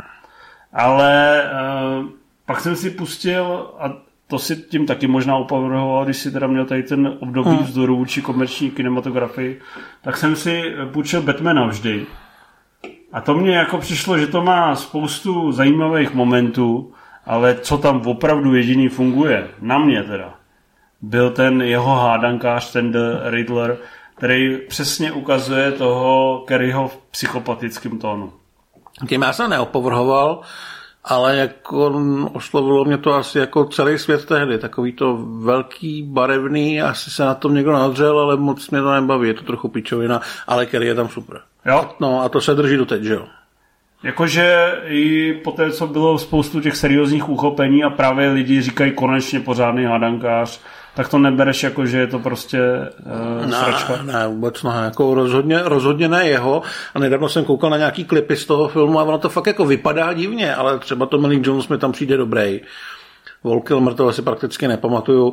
Ale pak jsem si pustil, a to si tím taky možná opovrhoval, když si teda měl tady ten období vzdoru vůči komerční kinematografii, tak jsem si půjčil Batmana vždy. A to mně jako přišlo, že to má spoustu zajímavých momentů, ale co tam opravdu jediný funguje, na mě teda, byl ten jeho hádankář, ten The Riddler, který přesně ukazuje toho Carreyho v psychopatickém tónu. Tím já jsem neopovrhoval, ale jako oslovilo mě to asi jako celý svět tehdy. Takový to velký, barevný, asi se na tom někdo nadřel, ale moc mě to nebaví, je to trochu pičovina, ale Carrey je tam super. Jo. No a to se drží doteď, že jo? Jakože i po té, co bylo spoustu těch seriózních uchopení a právě lidi říkají konečně pořádný hádankář, tak to nebereš jako, že je to prostě sračka? Ne, vůbec ne, jako rozhodně ne jeho. A nedávno jsem koukal na nějaký klipy z toho filmu a ono to fakt jako vypadá divně, ale třeba to Tommy Lee Jones mi tam přijde dobrý. Val Kilmer to asi prakticky nepamatuju.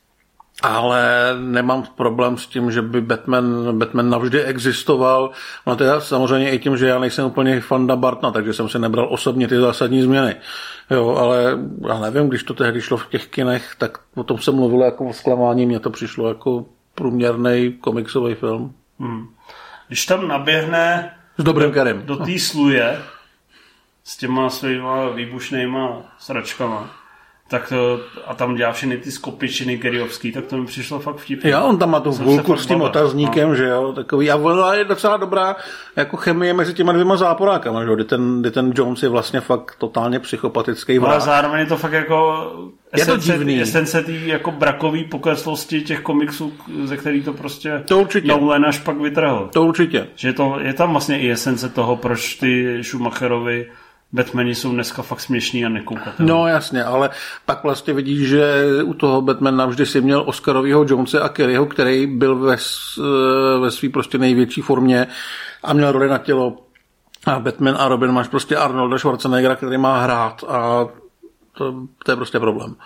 Ale nemám problém s tím, že by Batman navždy existoval. No to je samozřejmě i tím, že já nejsem úplně fanda Bartna, takže jsem si nebral osobně ty zásadní změny. Jo, ale já nevím, když to tehdy šlo v těch kinech, tak o tom se mluvilo jako o zklamání, mně to přišlo jako průměrný komiksový film. Když tam naběhne s dobrým Carreym do té sluje s těma svýma výbušnýma sračkama, tak to, a tam dělá všechny ty skopičiny Carreyovský, tak to mi přišlo fakt vtipně. Jo, on tam má tu hůlku s tím otazníkem, že jo, takový, a ona je docela dobrá jako chemie mezi těma 2 záporákama, že jo, kdy ten Jones je vlastně fakt totálně psychopatický vrah. Ale zároveň je to fakt jako esence té jako brakový pokleslosti těch komiksů, ze kterých to prostě Nolan až pak vytrhl. To určitě. Že je tam vlastně i esence toho, proč ty Schumacherovi Batmani jsou dneska fakt směšný a nekoukatelný. No jasně, ale pak vlastně vidíš, že u toho Batmana vždy si měl Oscarovýho Jonese a Carreyho, který byl ve své prostě největší formě a měl roli na tělo. A Batman a Robin máš prostě Arnolda Schwarzeneggera, který má hrát a to je prostě problém.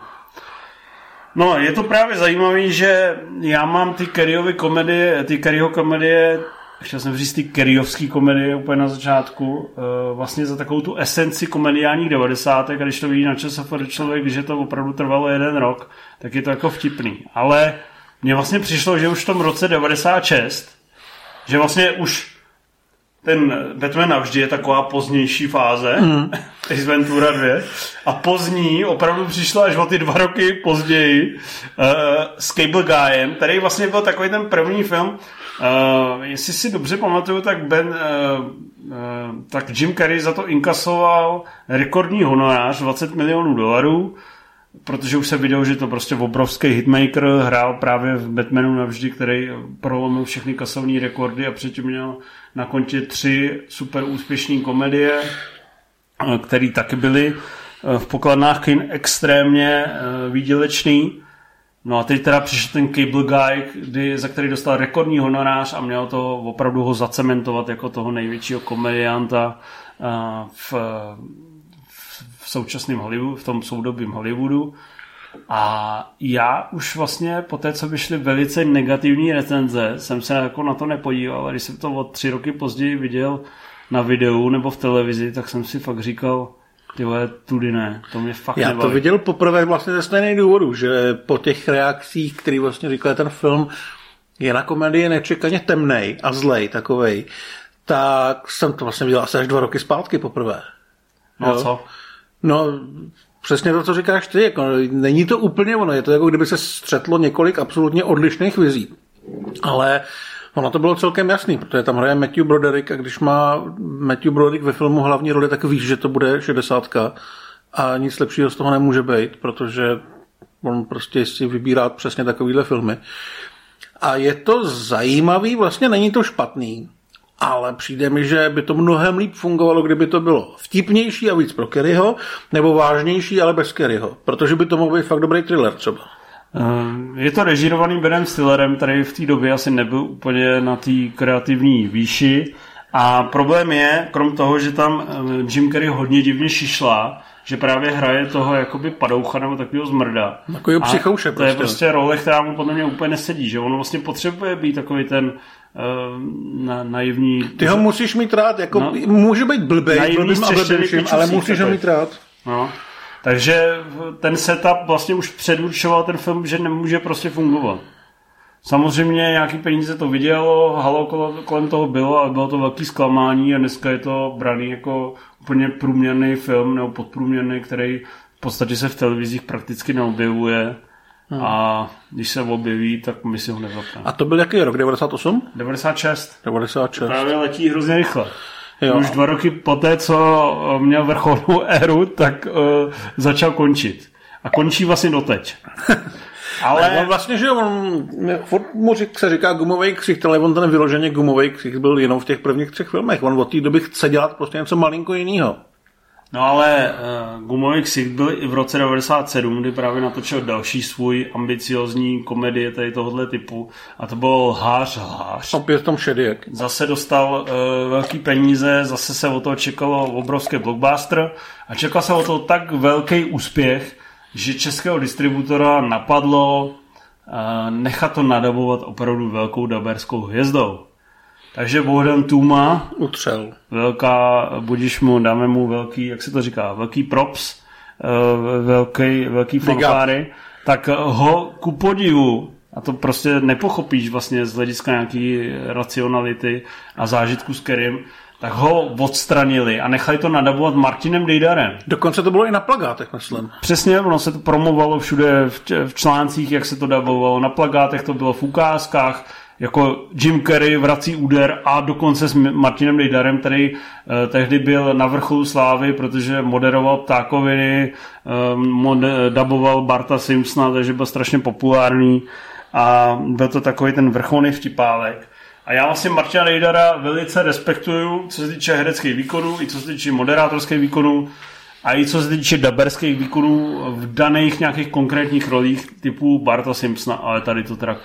No, je to právě zajímavé, že já mám ty Carreyho komedie, chtěl jsem říct ty Carreyovský komedie úplně na začátku, vlastně za takovou tu esenci komediálních 90. a když to vidí na ČSFD člověk, když je to opravdu trvalo 1 rok, tak je to jako vtipný. Ale mně vlastně přišlo, že už v tom roce 96, že vlastně už ten Batman navždy je taková pozdější fáze, Ace Ventura 2, a pozdní opravdu přišla až o ty 2 roky později s Cable Guyem, který vlastně byl takový ten první film. Jestli si dobře pamatuju, tak Jim Carrey za to inkasoval rekordní honorář $20 milionů, protože už se vidělo, že to prostě obrovský hitmaker, hrál právě v Batmanu navždy, který prolomil všechny kasovní rekordy a předtím měl na kontě 3 super úspěšné komedie, které taky byly v pokladnách kin extrémně výdělečný. No a teď teda přišel ten Cable Guy, za který dostal rekordní honorář a měl to opravdu ho zacementovat jako toho největšího komedianta v současném Hollywoodu, v tom soudobém Hollywoodu. A já už vlastně po té, co vyšly velice negativní recenze, jsem se jako na to nepodíval, ale když jsem to o 3 roky později viděl na videu nebo v televizi, tak jsem si fakt říkal, tyhle, tudy ne, to mě fakt nebaví. Já to viděl poprvé vlastně ze stejných důvodů, že po těch reakcích, který vlastně říkal, ten film je na komedii nečekaně temnej a zlej takovej, tak jsem to vlastně viděl asi až 2 roky zpátky poprvé. No co? No, přesně to, co říkáš ty, jako, není to úplně ono, je to jako kdyby se střetlo několik absolutně odlišných vizí. Ale ono to bylo celkem jasný, protože tam hraje Matthew Broderick a když má Matthew Broderick ve filmu hlavní roli, tak víš, že to bude 60 a nic lepšího z toho nemůže být, protože on prostě si vybírá přesně takovýhle filmy. A je to zajímavý, vlastně není to špatný, ale přijde mi, že by to mnohem líp fungovalo, kdyby to bylo vtipnější a víc pro Carreyho, nebo vážnější, ale bez Carreyho, protože by to mohl být fakt dobrý thriller třeba. Je to režírovaný Benem Stillerem, který v té době asi nebyl úplně na té kreativní výši. A problém je, krom toho, že tam Jim Carrey hodně divně šišlá, že právě hraje toho jakoby padoucha nebo takového zmrda. Takového psychouše prostě. To je prostě role, která mu podle mě úplně nesedí, že on vlastně potřebuje být takový ten naivní... Ty ho musíš mít rád, jako no, může být blbým a blbějším, ale musíš ho mít rád. No. Takže ten setup vlastně už předurčoval ten film, že nemůže prostě fungovat. Samozřejmě nějaký peníze to vydělalo, halo kolem toho bylo, ale bylo to velký zklamání a dneska je to braný jako úplně průměrný film nebo podprůměrný, který v podstatě se v televizích prakticky neobjevuje. A když se objeví, tak my si ho nezapneme. A to byl jaký rok? 98? 96. 96. Právě letí hrozně rychle. Jo. Už 2 roky poté, co měl vrcholnou éru, tak začal končit. A končí vlastně doteď. Ale on vlastně, že on se říká gumovej ksicht, ale on ten vyloženě gumovej ksicht byl jenom v těch prvních 3 filmech. On od té doby chce dělat prostě něco malinko jinýho. No ale gumový ksicht byl i v roce 97, kdy právě natočil další svůj ambiciozní komedie tady tohohle typu a to byl Lhář. Opět tam šedý. Zase dostal velký peníze, zase se o toho čekalo obrovský blockbuster a čekal se o to tak velký úspěch, že českého distributora napadlo nechat to nadabovat opravdu velkou daberskou hvězdou. Takže Bohdan Tůma utřel. Velká, budíš mu, dáme mu velký, jak se to říká, velký props, velký fanfáry, tak ho ku podivu, a to prostě nepochopíš vlastně z hlediska nějaký racionality a zážitku s Carreyem, tak ho odstranili a nechali to nadabovat Martinem Dejdarem. Dokonce to bylo i na plakátech, myslím. Přesně, ono se to promovalo všude v článcích, jak se to dabovalo, na plakátech to bylo v ukázkách, jako Jim Carrey vrací úder a dokonce s Martinem Dejdarem, který tehdy byl na vrcholu slávy, protože moderoval Ptákoviny, daboval Barta Simpsona, takže byl strašně populární a byl to takový ten vrcholný vtipálek. A já vlastně Martina Dejdara velice respektuju, co se týče hereckých výkonů, i co se týče moderátorských výkonů, a i co se týče daberských výkonů v daných nějakých konkrétních rolích typu Barta Simpsona, ale tady to teda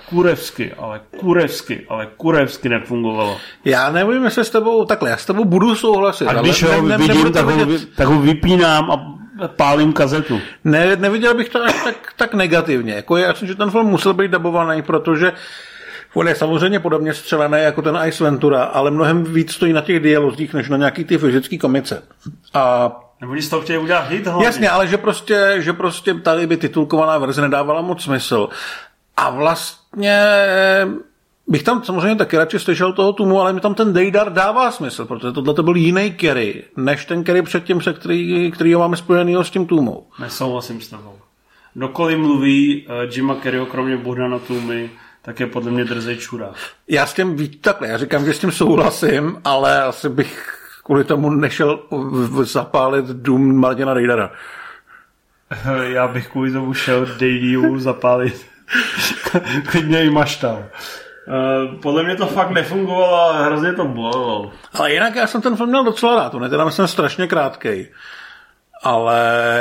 kurevsky nefungovalo. Já nevím, jestli s tebou takhle, já s tebou budu souhlasit. A když ho vidím, tak ho vypínám a pálím kazetu. Neviděl bych to až tak negativně. Jako já myslím, že ten film musel být dabovaný, protože on je samozřejmě podobně střelený jako ten Ace Ventura, ale mnohem víc stojí na těch dialozích, než na nějaký ty fyzický komice. A nebo když to chtějí udělat hit hlavně. Jasně, ale že prostě tady by titulkovaná verze nedávala moc smysl. A vlastně bych tam samozřejmě taky radši slyšel toho Tumu, ale mi tam ten Dejdar dává smysl, protože tohle to byl jiný Kerry, než ten Kerry předtím, kterýho máme spojenýho s tím Tumou. Nesouhlasím s tebou. Kdokoliv mluví Jima Carreyho, kromě Bohdana Tumy, tak je podle mě drzej čurák. Já s tím takhle, já říkám, že s tím souhlasím, ale asi bych kvůli tomu nešel zapálit dům Martina Dejdara. Já bych kvůli tomu šel Dejdiu zapálit. Klidně i maštal. Podle mě to fakt nefungovalo a hrozně to bolelo. Ale jinak já jsem ten film měl docela rád, on je teda myslím strašně krátkej. Ale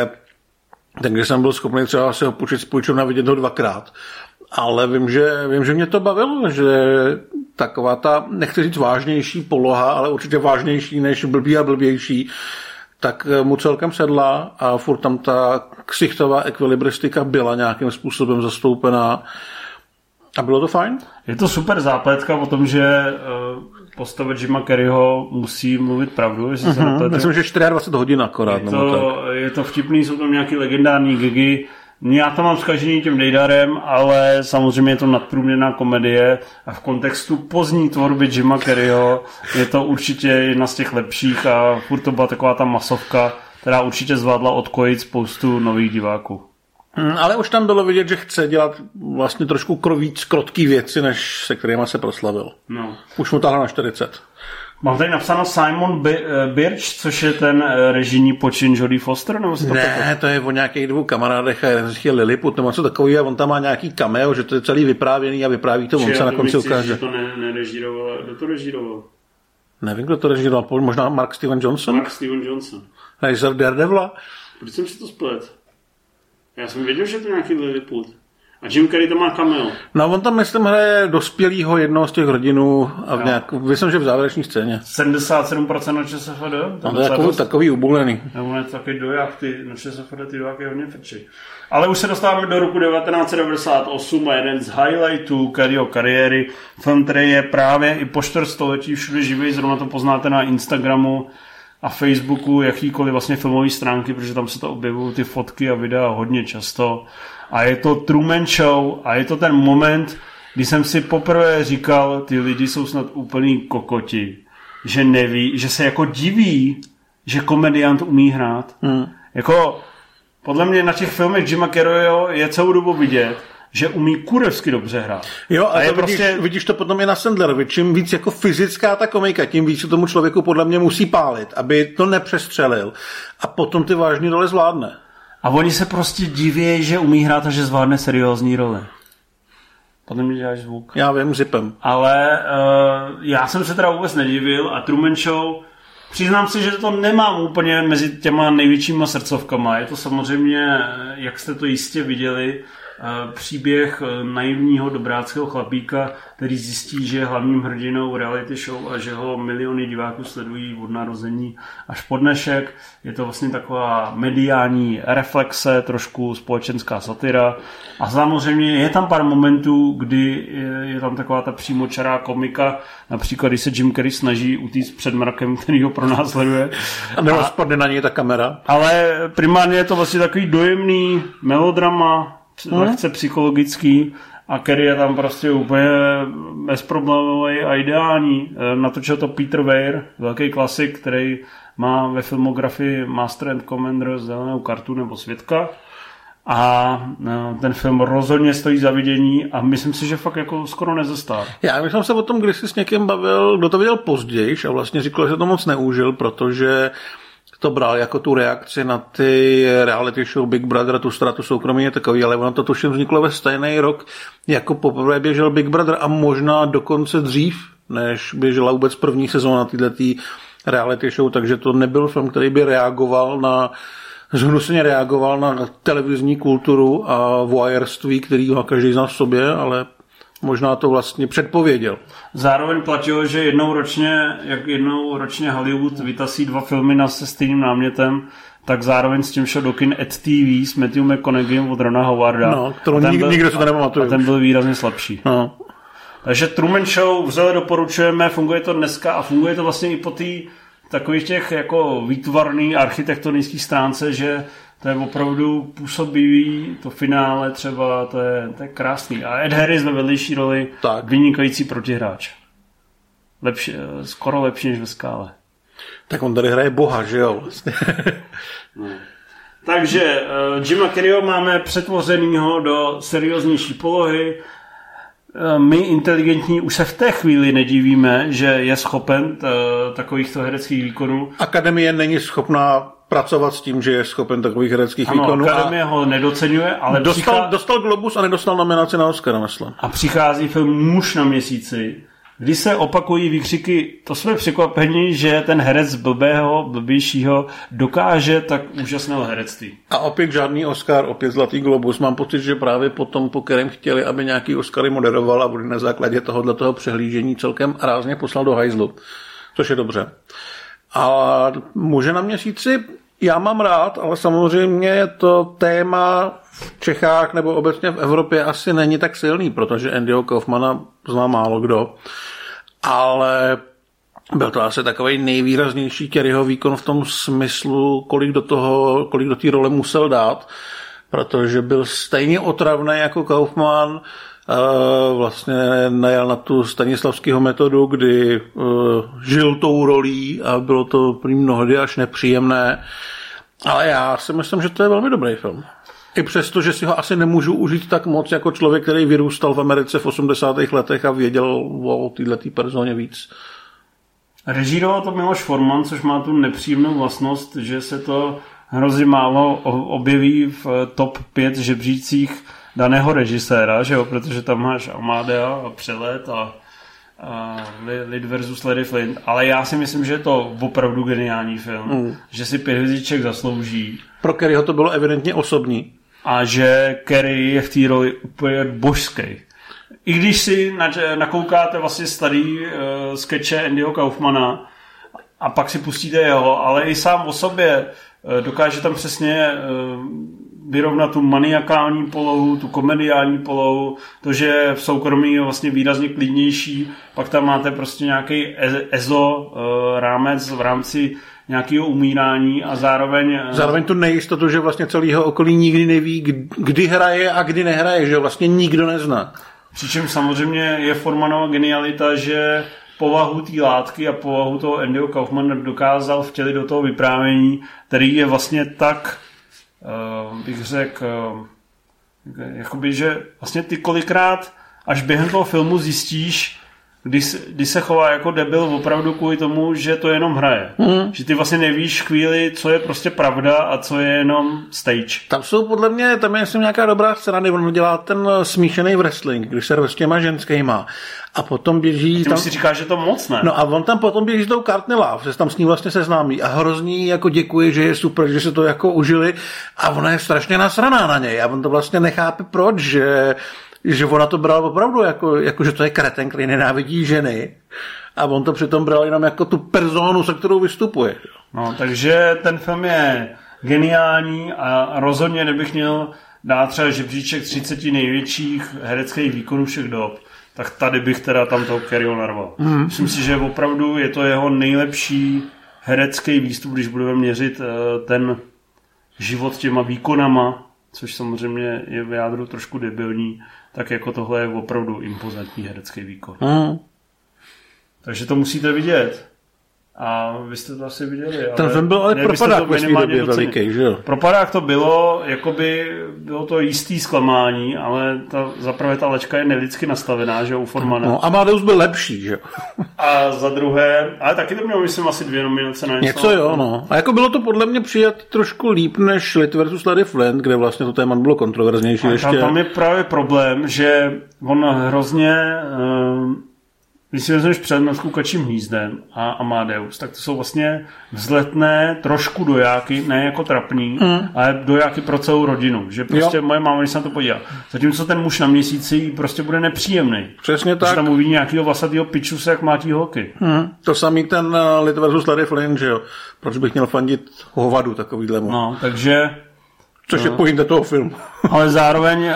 takže jsem byl schopný třeba si ho půjčit s půjčovna vidět ho 2krát. Ale vím, že mě to bavilo, že taková ta, nechci říct vážnější poloha, ale určitě vážnější než blbý a blbější, tak mu celkem sedla a furt tam ta ksichtová ekvilibristika byla nějakým způsobem zastoupená a bylo to fajn. Je to super zápletka o tom, že postava Jima Carreyho musí mluvit pravdu. Myslím, že 24 hodin akorát. Je to vtipný, jsou tam nějaký legendární gigy. Já to mám zkažený tím Dejdarem, ale samozřejmě je to nadprůměrná komedie a v kontextu pozdní tvorby Jima Carreyho je to určitě jedna z těch lepších a furt to byla taková ta masovka, která určitě zvládla odkojit spoustu nových diváků. Ale už tam bylo vidět, že chce dělat vlastně trošku víc krotký věci, než se kterýma se proslavil. No. Už mu táhla na 40. Mám tady napsáno Simon Birch, což je ten režijní počin Jodie Foster? Nebo si to to je o nějakých 2 kamarádech a jeden z nich je Lilliput nebo co takový a on tam má nějaký cameo, že to je celý vyprávěný a vypráví to, on se na konci ukáže. Že to nerežíroval. Kdo to režíroval? Nevím, kdo to režíroval, možná Mark Steven Johnson? Mark Steven Johnson. Režisér Daredevila? Proč jsem si to splet? Já jsem věděl, že to je nějaký Lilliput. A Jim Carrey to má cameo. No on tam, myslím, hraje dospělýho jednoho z těch rodinů a myslím, že v závěrečné scéně. 77% na ČSFD? To je takový ubulený. On je takový dojak, na ČSFD ty dojaky hodně frčí. Ale už se dostáváme do roku 1998 a jeden z highlightů Carreyho kariéry. Film, který je právě i po 400letí všude živý, zrovna to poznáte na Instagramu a Facebooku, jakýkoliv vlastně filmové stránky, protože tam se to objevují ty fotky a videa hodně často. A je to Truman Show a je to ten moment, kdy jsem si poprvé říkal, ty lidi jsou snad úplný kokoti, že neví, že se jako diví, že komediant umí hrát. Jako podle mě na těch filmech Jima Carreyho je celou dobu vidět, že umí kurevsky dobře hrát. Jo, a to vidíš to potom i na Sandlerovi. Čím víc jako fyzická ta komika, tím víc se tomu člověku podle mě musí pálit, aby to nepřestřelil a potom ty vážný role zvládne. A oni se prostě diví, že umí hrát a že zvládne seriózní roli. Potom mi děláš zvuk. Já vím, zipem. Ale já jsem se teda vůbec nedivil a Truman Show, přiznám si, že to nemám úplně mezi těma největšíma srdcovkama. Je to samozřejmě, jak jste to jistě viděli, příběh naivního dobráckého chlapíka, který zjistí, že je hlavním hrdinou reality show a že ho miliony diváků sledují od narození až po dnešek. Je to vlastně taková mediální reflexe, trošku společenská satira a samozřejmě je tam pár momentů, kdy je tam taková ta přímočará komika, například když se Jim Carrey snaží utíct před mrakem, který ho pronásleduje. A nebo spadne na něj ta kamera. Ale primárně je to vlastně takový dojemný melodrama, lehce psychologický a Carrey je tam prostě úplně bezproblémový a ideální. Natočil to Peter Weir, velký klasik, který má ve filmografii Master and Commander zelenou kartu nebo svědka a ten film rozhodně stojí za vidění a myslím si, že fakt jako skoro nezastál. Já jsem se o tom kdysi s někým bavil, kdo to viděl později a vlastně říkal, že to moc neužil, protože to bral jako tu reakci na ty reality show Big Brother, tu ztrátu soukromí je takový, ale ono to tuším vzniklo ve stejný rok, jako poprvé běžel Big Brother a možná dokonce dřív, než běžela vůbec první sezóna této reality show, takže to nebyl film, který by zhnusně reagoval na televizní kulturu a voyeurství, který má každý z nás v sobě, ale možná to vlastně předpověděl. Zároveň platilo, že jednou ročně Hollywood vytasí 2 filmy se stejným námětem, tak zároveň s tím šel do kin Ed TV s Matthew McConaugheyem od Rona Howarda. No, kterou nikdo se to nepamatuje. A ten byl výrazně slabší. No. Takže Truman Show vřele doporučujeme, funguje to dneska a funguje to vlastně i po té takových těch jako výtvarný architektonických stránce, že to je opravdu působivý, to finále třeba, to je krásný. A Ed Harris ve vedlejší roli, vynikající protihráč. Skoro lepší než ve Skále. Tak on tady hraje boha, že jo? No. Takže Jima Carreyho máme přetvořenýho do serióznější polohy. My inteligentní už se v té chvíli nedivíme, že je schopen takovýchto hereckých výkonů. Akademie není schopná pracovat s tím, že je schopen takových hereckých výkonů. Akademie ho nedoceňuje, ale dostal Globus a nedostal nominaci na Oscara, myslím. A přichází film Muž na měsíci, kdy se opakují výkřiky, to jsme překvapeni, že ten herec blbějšího dokáže tak úžasného herectví. A opět žádný Oscar, opět Zlatý Globus. Mám pocit, že právě potom, po kterém chtěli, aby nějaký Oscary moderoval a bude na základě tohoto přehlížení celkem rázně poslal do hajzlu. Což je dobře. A Muže na měsíci já mám rád, ale samozřejmě to téma v Čechách nebo obecně v Evropě asi není tak silný, protože Andyho Kaufmana zná málo kdo. Ale byl to asi takový nejvýraznější Carreyho výkon v tom smyslu, kolik do té role musel dát, protože byl stejně otravný jako Kaufman, vlastně najel na tu Stanislavského metodu, kdy žil tou rolí a bylo to prý mnohdy až nepříjemné. Ale já si myslím, že to je velmi dobrý film. I přesto, že si ho asi nemůžu užít tak moc jako člověk, který vyrůstal v Americe v 80. letech a věděl o této personě víc. Režíroval to Miloš Forman, což má tu nepříjemnou vlastnost, že se to hrozně málo objeví v top 5 žebřících daného režiséra, že jo? Protože tam máš Amadea a Přelet a Lid versus Larry Flint, ale já si myslím, že je to opravdu geniální film, že si 5 hvězdiček zaslouží. Pro Carreyho to bylo evidentně osobní. A že Carrey je v té roli úplně božský. I když si nakoukáte vlastně starý skeče Andyho Kaufmana a pak si pustíte jeho, ale i sám o sobě dokáže tam přesně vyrovnat tu maniakální polohu, tu komediální polohu, to, že v soukromí je vlastně výrazně klidnější, pak tam máte prostě nějaký rámec v rámci nějakého umírání a zároveň tu nejistotu, že vlastně celého okolí nikdy neví, kdy hraje a kdy nehraje, že vlastně nikdo nezná. Přičem samozřejmě je Formanova genialita, že povahu té látky a povahu toho Andyho Kaufmana dokázal vtělit do toho vyprávění, který je vlastně tak, bych řekl, jakoby, že vlastně ty kolikrát až během toho filmu zjistíš, když se chová jako debil opravdu kvůli tomu, že to jenom hraje. Že ty vlastně nevíš chvíli, co je prostě pravda a co je jenom stage. Tam jsou podle mě, tam je myslím nějaká dobrá scéna, kdy on dělá ten smíšený wrestling, když se s těma ženskýma a potom běží... Ty si říkáš, že to moc ne. No a on tam potom běží s tou Courtney Love, že se tam s ní vlastně seznámí a hrozný jako děkuje, že je super, že se to jako užili a ona je strašně nasraná na něj a on to vlastně nechápe proč, že ona to bral opravdu jako že to je kreten, který nenávidí ženy a on to přitom bral jenom jako tu personu, se kterou vystupuje. No, takže ten film je geniální a rozhodně nebych měl dát třeba žebříček 30 největších hereckých výkonů všech dob, tak tady bych teda tam toho Carreyho narval. Myslím si, že opravdu je to jeho nejlepší herecký výstup, když budeme měřit ten život těma výkonama, což samozřejmě je v jádru trošku debilní, tak jako tohle je opravdu impozantní herecký výkon. Takže to musíte vidět. A vy jste to asi viděli. Ten film byl ale propadák ve svý době veliký, že jo? Propadák to bylo, jakoby bylo to jistý zklamání, ale zaprvé ta laťka je nelidsky nastavená, že u Formana. No, Amadeus byl lepší, že jo? A za druhé, ale taky to mělo, myslím, asi 2 nominace na něco jo, no. A jako bylo to podle mě přijat trošku líp než Lid versus Larry Flint, kde vlastně to téma bylo kontroverznější ještě. Tam je právě problém, že on hrozně... Když si vezmeš před nad Kukačím hnízdem a Amadeus, tak to jsou vlastně vzletné trošku dojáky, ne jako trapný, ale dojáky pro celou rodinu. Že prostě moje máma, když se na to podívá. Zatímco ten Muž na měsíci prostě bude nepříjemný. Přesně tak. Když tam uvidí nějakýho vlasatýho pičuse, jak mátí holky. To samý ten Lid versus Larry Flint, že jo. Proč bych měl fandit hovadu takovýhlemu. No, takže... Což je pointa toho filmu. Ale zároveň...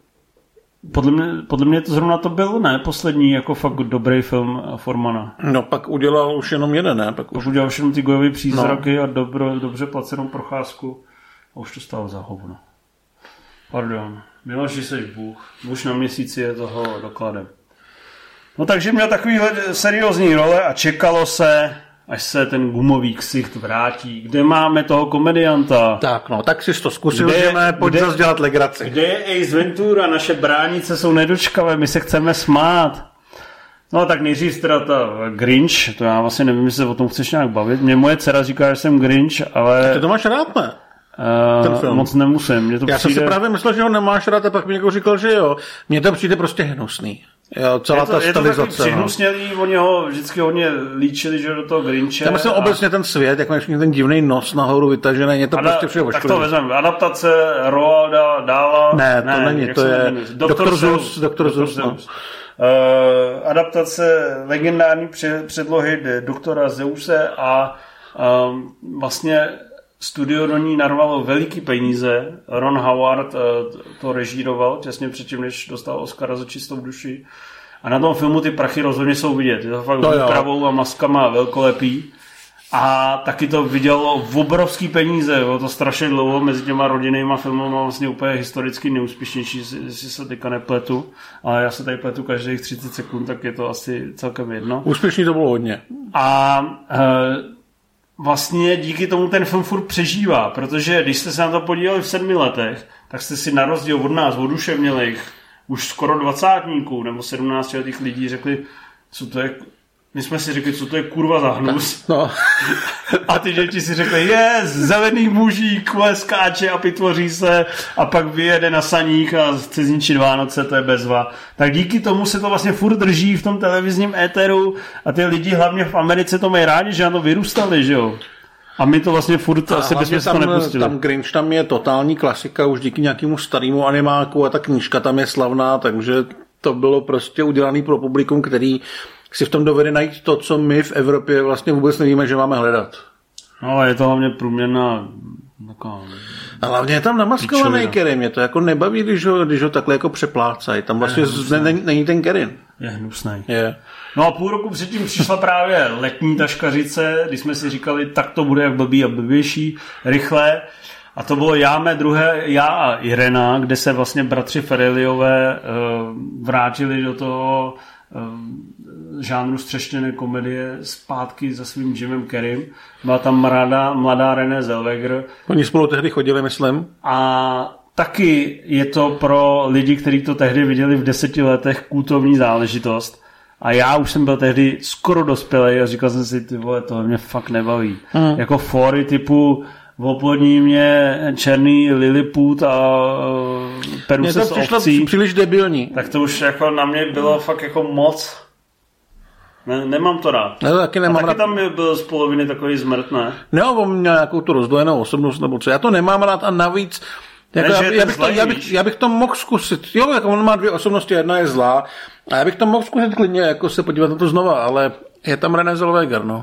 Podle mě to zrovna to byl, ne? Poslední jako fakt dobrý film Formana. No pak udělal už jenom jeden, ne? Pak udělal už jenom ty gojové přízraky a dobře placenou procházku A už to stalo za hovno. Pardon. Miloši, seš Bůh. Muž na měsíci je toho dokladem. No takže měl takovýhle seriózní role a čekalo se, až se ten gumový ksicht vrátí. Kde máme toho komedianta? Tak no, tak si to zkusil, pojď zase dělat legraci. Kde je Ace Ventura? Naše bránice jsou nedočkavé, my se chceme smát. No tak nejdřív teda ta Grinch, to já vlastně nevím, jestli se o tom chceš nějak bavit. Mě moje dcera říká, že jsem Grinch, ale... Ty to máš rád, ne? Ten film. Moc nemusím. Já jsem si právě myslel, že ho nemáš rád a pak mi někdo říkal, že jo. Mně to přijde prostě hnusný. Jo, celá ta stylizace. Je to takový přihnusnělý, oni ho vždycky hodně líčili, že do toho Grinche. Já myslím obecně ten svět, jak máš ten divný nos nahoru vytažený, je to prostě všechno ošklivý. Tak to vezmeme. Adaptace Roalda Dahla. Ne, to není, to je Dr. Zeus. Adaptace legendární předlohy doktora Zeuse a vlastně studio do ní narvalo veliký peníze. Ron Howard to režíroval těsně předtím, než dostal Oscara za Čistou duši. A na tom filmu ty prachy rozhodně jsou vidět. Je to fakt výpravou a maskama velkolepý. A taky to vydělalo obrovský peníze. Bylo to strašně dlouho mezi těma rodinnýma filmama vlastně úplně historicky neúspěšnější, jestli se teďka nepletu. Ale já se tady pletu každých 30 sekund, tak je to asi celkem jedno. Úspěšný to bylo hodně. A vlastně díky tomu ten film furt přežívá, protože když jste se na to podívali v 7 letech, tak jste si na rozdíl od nás, oduševnělých, už skoro 20 nebo 17 letých lidí řekli, co to je. My jsme si řekli, co to je kurva za hnus. No. A ty děti si řekli, zelený mužík, skáče a pitvoří se a pak vyjede na saních a chce zničit Vánoce, to je bezva. Tak díky tomu se to vlastně furt drží v tom televizním éteru a ty lidi hlavně v Americe to mají rádi, že na to vyrůstali, že jo. A my to vlastně furt asi bychom to nepustili. Tam Grinch tam je totální klasika už díky nějakému starému animáku a ta knížka tam je slavná, takže to bylo prostě udělané pro publikum, který si v tom dovede najít to, co my v Evropě vlastně vůbec nevíme, že máme hledat. No, je to hlavně průměrná taková... A hlavně je tam namaskovaný Kerin, mě to jako nebaví, když ho takhle jako přeplácají. Tam vlastně není ten Kerin. Je hnusný. Je. No a půl roku předtím přišla právě letní taškařice, když jsme si říkali, tak to bude jak blbý a blbější, rychle. A to bylo já a Irena, kde se vlastně bratři Ferrelliové vrátili do toho žánru střeštěné komedie zpátky za svým Jimem Carreym. Byla tam mladá Renée Zellweger. Oni spolu tehdy chodili, myslím. A taky je to pro lidi, kteří to tehdy viděli v 10 letech, kultovní záležitost. A já už jsem byl tehdy skoro dospělej a říkal jsem si, ty vole, tohle mě fakt nebaví. Jako fóry typu oplodní mě černý Lilliput a peru se s ovcí. Příliš debilní. Tak to už jako na mě bylo fakt jako moc. Nemám to rád. Ne, taky nemám rád. Tam byl z poloviny takový zmrt, ne? No, on měl nějakou tu rozdvojenou osobnost nebo co. Já to nemám rád a navíc jako já bych to mohl zkusit. Jo, jako on má 2 osobnosti, jedna je zlá. A já bych to mohl zkusit klidně, jako se podívat na to znova, ale je tam Renée Zellweger, no.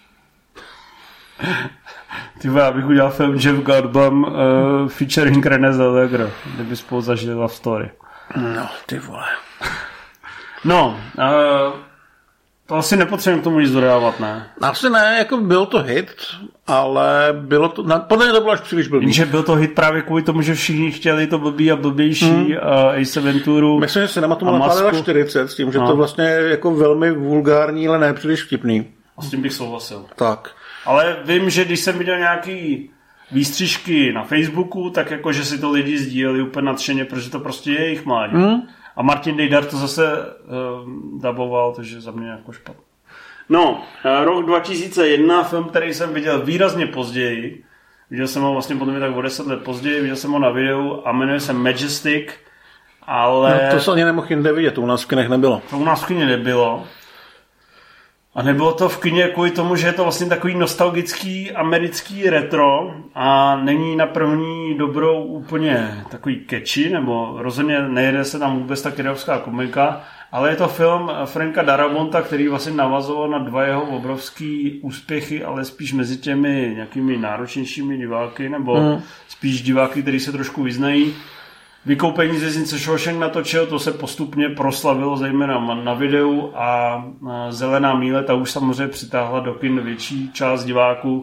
Tyvo, já bych udělal film Jeff Goldblum featuring Renée Zellweger, kdyby spolu zažili love story. No, ty vole. No, to asi nepotřebujeme k tomu nic dodávat, ne? Asi ne, jako byl to hit, ale bylo to, podle mě to bylo až příliš blbý. Že byl to hit právě kvůli tomu, že všichni chtěli to blbý a blbější Ace Venturu. Myslím, že Cinema tomu napálila 40 s tím, že to vlastně je jako velmi vulgární, ale ne příliš vtipný. A s tím bych souhlasil. Tak. Ale vím, že když jsem viděl nějaký výstřižky na Facebooku, tak jako, že si to lidi sdíleli úplně nadšeně, protože to prostě je jejich mládí. A Martin Dejdar to zase daboval, takže za mě jako špatně. No, rok 2001, film, který jsem viděl výrazně později. Viděl jsem ho vlastně potom tak o 10 let později, viděl jsem ho na videu a jmenuje se Majestic, ale... No, to se ani nemohl jinde vidět, to u nás v kinech nebylo. To u nás v kině nebylo. A nebylo to v kině kvůli tomu, že je to vlastně takový nostalgický americký retro a není na první dobrou úplně takový catchy, nebo rozhodně nejede se tam vůbec ta kidovská komika, ale je to film Franka Daramonta, který vlastně navazoval na 2 jeho obrovský úspěchy, ale spíš mezi těmi nějakými náročnějšími diváky, nebo spíš diváky, kteří se trošku vyznají. Vykoupení z věznice Shawshank natočil, to se postupně proslavilo zejména na videu a Zelená míle, ta už samozřejmě přitáhla do kin větší část diváků.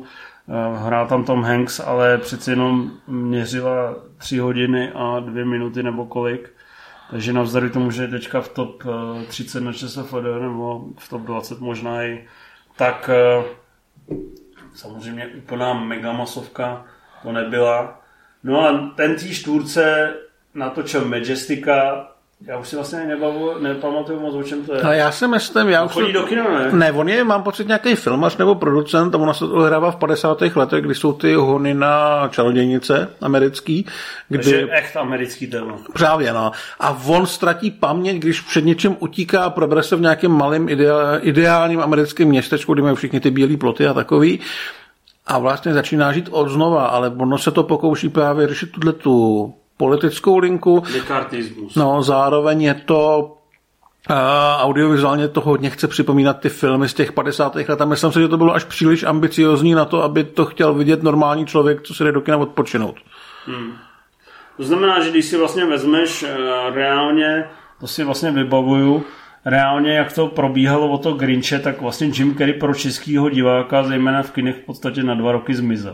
Hrál tam Tom Hanks, ale přeci jenom měřila 3 hodiny a 2 minuty nebo kolik. Takže navzdory tomu, že je teďka v top 30 na ČSFD nebo v top 20 možná i, tak samozřejmě úplná megamasovka to nebyla. No a ten týž tvůrce natočil Majestica. Já už si vlastně nepamatuju moc, o čem to je. A já si myslím, chodí do kina, ne? Ne, on je, mám pocit, nějaký filmař nebo producent a ona se odehrává v 50. letech, kdy jsou ty hony na čarodějnice americký. Takže echt americký téma. Právě, no. A on ztratí paměť, když před něčím utíká a probere se v nějakém malém ideálním americkém městečku, kde mají všichni ty bílé ploty a takový. A vlastně začíná žít od znova, ale ono se to pokouší právě řešit tu politickou linku. Dekartismus. No, zároveň je to audiovizuálně to hodně chce připomínat ty filmy z těch 50. let a myslím si, že to bylo až příliš ambiciozní na to, aby to chtěl vidět normální člověk, co si jde do kina odpočinout. To znamená, že když si vlastně vezmeš reálně, to si vlastně vybavuju, reálně jak to probíhalo o to Grinche, tak vlastně Jim Carrey pro českýho diváka, zejména v kinech v podstatě na 2 roky zmizel.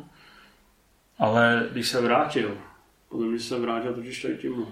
Ale když se vrátil, potom když se vrátil totiž tady tímhle,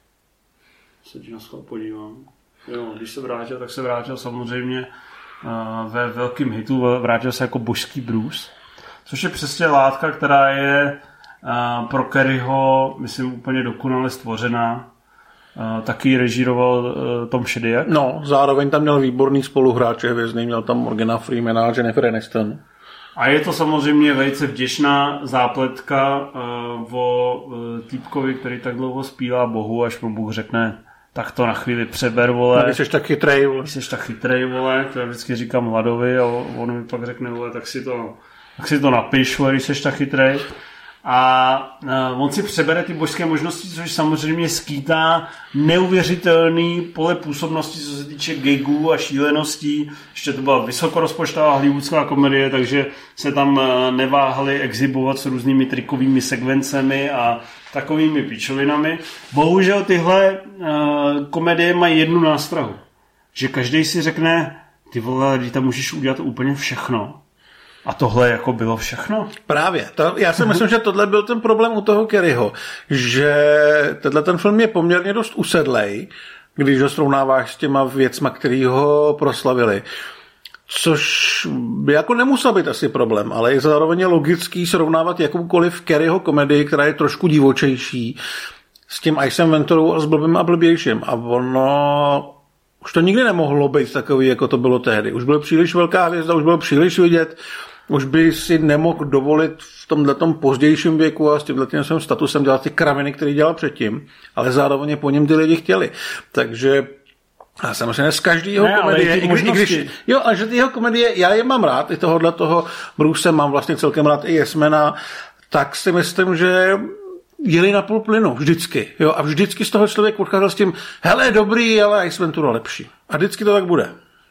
se ti na schvál podívám. Jo, když se vrátil, tak se vrátil samozřejmě ve velkým hitu, vrátil se jako božský Bruce, což je přesně látka, která je pro Carreyho, myslím, úplně dokonale stvořená. Taky režíroval Tom Shadyac. No, zároveň tam měl výborný spoluhráče hvězdný, měl tam Morgana Freemana a Jennifer Aniston. A je to samozřejmě velice vděčná zápletka o týpkovi, který tak dlouho zpívá Bohu, až mu Bůh řekne, tak to na chvíli přeber, vole. Když jsi tak chytrej, vole. Když jsi tak chytrej, vole, to já vždycky říkám Hladovi a on mi pak řekne, vole, tak si to napiš, vole, když jsi tak chytrej. A on si přebere ty božské možnosti, což samozřejmě skýtá neuvěřitelný pole působnosti, co se týče gagů a šíleností. Ještě to byla vysokorozpočtová hollywoodská komedie, takže se tam neváhali exhibovat s různými trikovými sekvencemi a takovými píčovinami. Bohužel tyhle komedie mají jednu nástrahu. Že každý si řekne, ty vole, ty tam můžeš udělat úplně všechno. A tohle jako bylo všechno? Právě. Já si myslím, že tohle byl ten problém u toho Carreyho, že ten film je poměrně dost usedlej, když ho srovnáváš s těma věcma, který ho proslavili. Což by jako nemusel být asi problém, ale je zároveň logický srovnávat jakoukoliv Carreyho komedii, která je trošku divočejší, s tím Icem Venturou a s Blbým a blbějším. A ono už to nikdy nemohlo být takový, jako to bylo tehdy. Už byl příliš velká hvězda, už bylo příliš vidět, už by si nemohl dovolit v tomhletom pozdějším věku a s tímhletým svým statusem dělat ty kraviny, který dělal předtím, ale zároveň po něm ty lidi chtěli. Takže já samozřejmě z každého komedie, ale že ty jeho komedie, já je mám rád, i toho Bruce mám vlastně celkem rád i Jesmena, tak si myslím, že jeli na půl plynu, vždycky. Jo? A vždycky z toho člověk odcházel s tím, hele, dobrý, ale Ice Ventura lepší. A vždycky to tak bude.